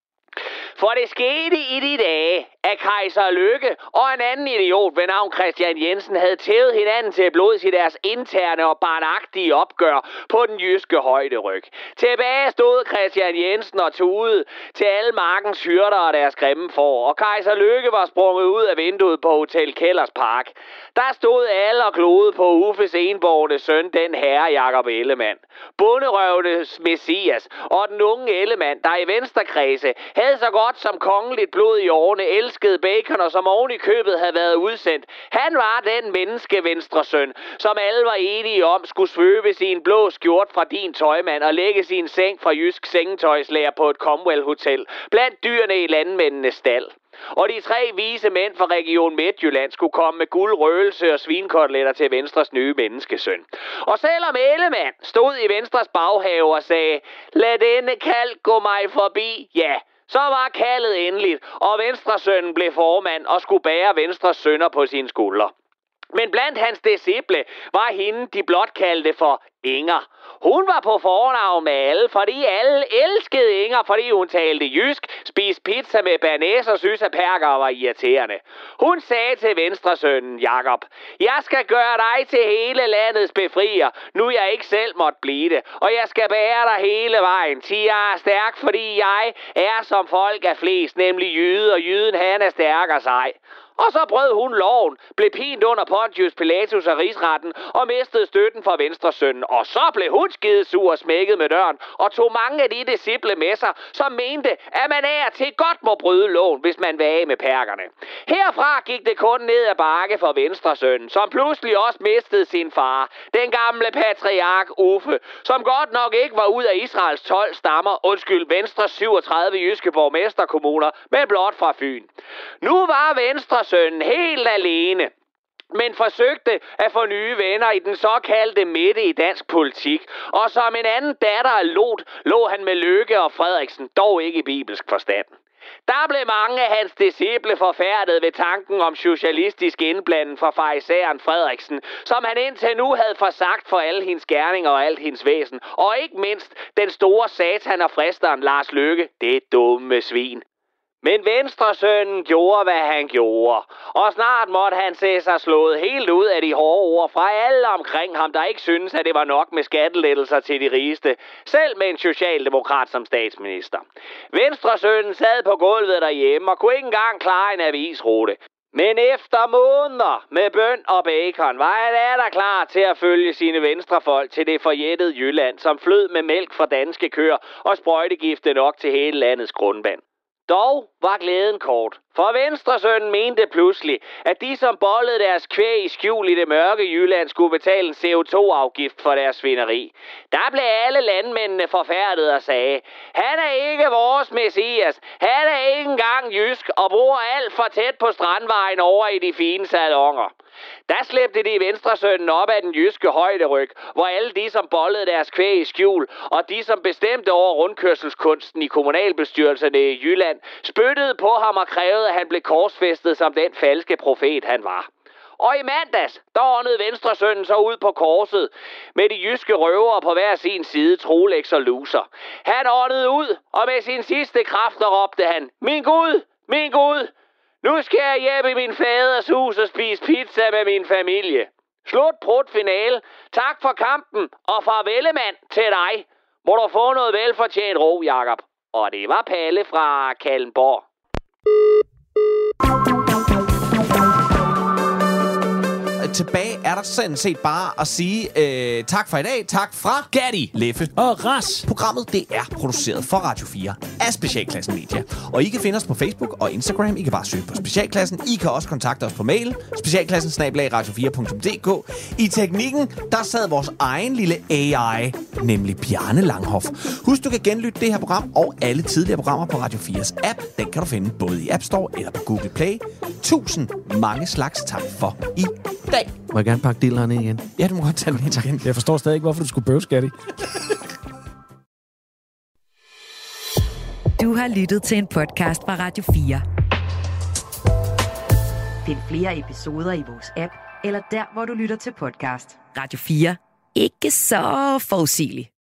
For det skete i de dage, at kejser Lykke og en anden idiot ved navn Christian Jensen havde tævet hinanden til blods i deres interne og barnagtige opgør på den jyske højderyg. Tilbage stod Christian Jensen og tudede til alle markens hyrder og deres grimme får, og kejser Lykke var sprunget ud af vinduet på Hotel Kellers Park. Der stod alle og glodede på Uffes enborgne søn, den herre Jakob Ellemann. Bonderøvenes messias og den unge Ellemann, der i venstrekredse havde så godt som kongeligt blod i årene, elskede bacon og som oven i købet havde været udsendt. Han var den menneskevenstresøn, som alle var enige om skulle svøbe sin blå skjort fra din tøjmand og lægge sin seng fra Jysk Sengetøjslager på et Comwell Hotel blandt dyrene i landmændenes stald. Og de 3 vise mænd fra Region Midtjylland skulle komme med guld, røgelse og svinkoteletter til Venstres nye menneskesøn. Og selvom Ellemann stod i Venstres baghave og sagde, lad denne kald gå mig forbi, ja, så var kaldet endeligt, og Venstresønnen blev formand og skulle bære Venstres sønner på sine skuldre. Men blandt hans disciple var hende, de blot kaldte for Inger. Hun var på fornavn med alle, fordi alle elskede Inger, fordi hun talte jysk, spiste pizza med bearnaise og synes, at perker var irriterende. Hun sagde til Venstresønnen Jakob, jeg skal gøre dig til hele landets befrier, nu jeg ikke selv måtte blive det, og jeg skal bære dig hele vejen, til jeg er stærk, fordi jeg er som folk af flest, nemlig jyde, og jyden han er stærk af sig. Og så brød hun loven, blev pint under Pontius Pilatus og rigsretten og mistede støtten fra Venstresønnen. Og så blev hun skidesur og smækket med døren og tog mange af de disciple med sig, som mente, at man af til godt må bryde loven, hvis man var af med perkerne. Herfra gik det kun ned ad bakke for Venstresønnen, som pludselig også mistede sin far, den gamle patriark Uffe, som godt nok ikke var ud af Israels 12 stammer, Venstres 37 jyske borgmesterkommuner, men blot fra Fyn. Nu var Venstresønnen helt alene, men forsøgte at få nye venner i den såkaldte midte i dansk politik. Og som en anden datter af Lot, lå han med Løkke og Frederiksen, dog ikke i bibelsk forstand. Der blev mange af hans disciple forfærdet ved tanken om socialistisk indblanding fra farisæeren Frederiksen, som han indtil nu havde forsagt for alle hendes gerninger og alt hendes væsen. Og ikke mindst den store satan og fristeren Lars Løkke, det dumme svin. Men Venstresønnen gjorde, hvad han gjorde, og snart måtte han se sig slået helt ud af de hårde ord fra alle omkring ham, der ikke syntes, at det var nok med skattelettelser til de rigeste, selv med en socialdemokrat som statsminister. Venstresønnen sad på gulvet derhjemme og kunne ikke engang klare en avisrute. Men efter måneder med bøn og bacon var han atter klar til at følge sine venstrefolk til det forjættede Jylland, som flød med mælk fra danske køer og sprøjtegifte nok til hele landets grundvand. Dog var glæden kort, for Venstresønnen mente pludselig, at de som bollede deres kvæg i skjul i det mørke Jylland skulle betale en CO2-afgift for deres svineri. Der blev alle landmændene forfærdet og sagde, han er ikke vores messias, han er ikke engang jysk og bor alt for tæt på Strandvejen over i de fine salonger. Der slæbte de Venstresønnen op af den jyske højderyg, hvor alle de, som bollede deres kvæg i skjul, og de, som bestemte over rundkørselskunsten i kommunalbestyrelserne i Jylland, spyttede på ham og krævede, at han blev korsfæstet som den falske profet, han var. Og i mandags, der åndede Venstresønnen så ud på korset med de jyske røvere på hver sin side, Trolex og Loser. Han åndede ud, og med sin sidste kræfter råbte han, min Gud, min Gud, nu skal jeg hjem i min faders hus og spise pizza med min familie. Slut prut finale. Tak for kampen, og farvelemand til dig. Må du få noget velfortjent ro, Jakob. Og det var Palle fra Kalmborg. Tilbage er der sådan set bare at sige tak for i dag. Tak fra Gatti, Leffe og Ras. Programmet det er produceret for Radio 4 af Specialklassen Media. Og I kan finde os på Facebook og Instagram. I kan bare søge på Specialklassen. I kan også kontakte os på mail. specialklassen@radio4.dk. I teknikken, der sad vores egen lille AI, nemlig Bjarne Langhoff. Husk, du kan genlytte det her program og alle tidligere programmer på Radio 4's app. Den kan du finde både i App Store eller på Google Play. 1000 mange slags tak for i dag. Må jeg gerne pakke dillerne igen? Ja, du må godt tage den ind igen. Jeg forstår stadig ikke, hvorfor du skulle bøve, Gatti. Du har lyttet til en podcast fra Radio 4. Find flere episoder i vores app, eller der, hvor du lytter til podcast. Radio 4. Ikke så forudsigeligt.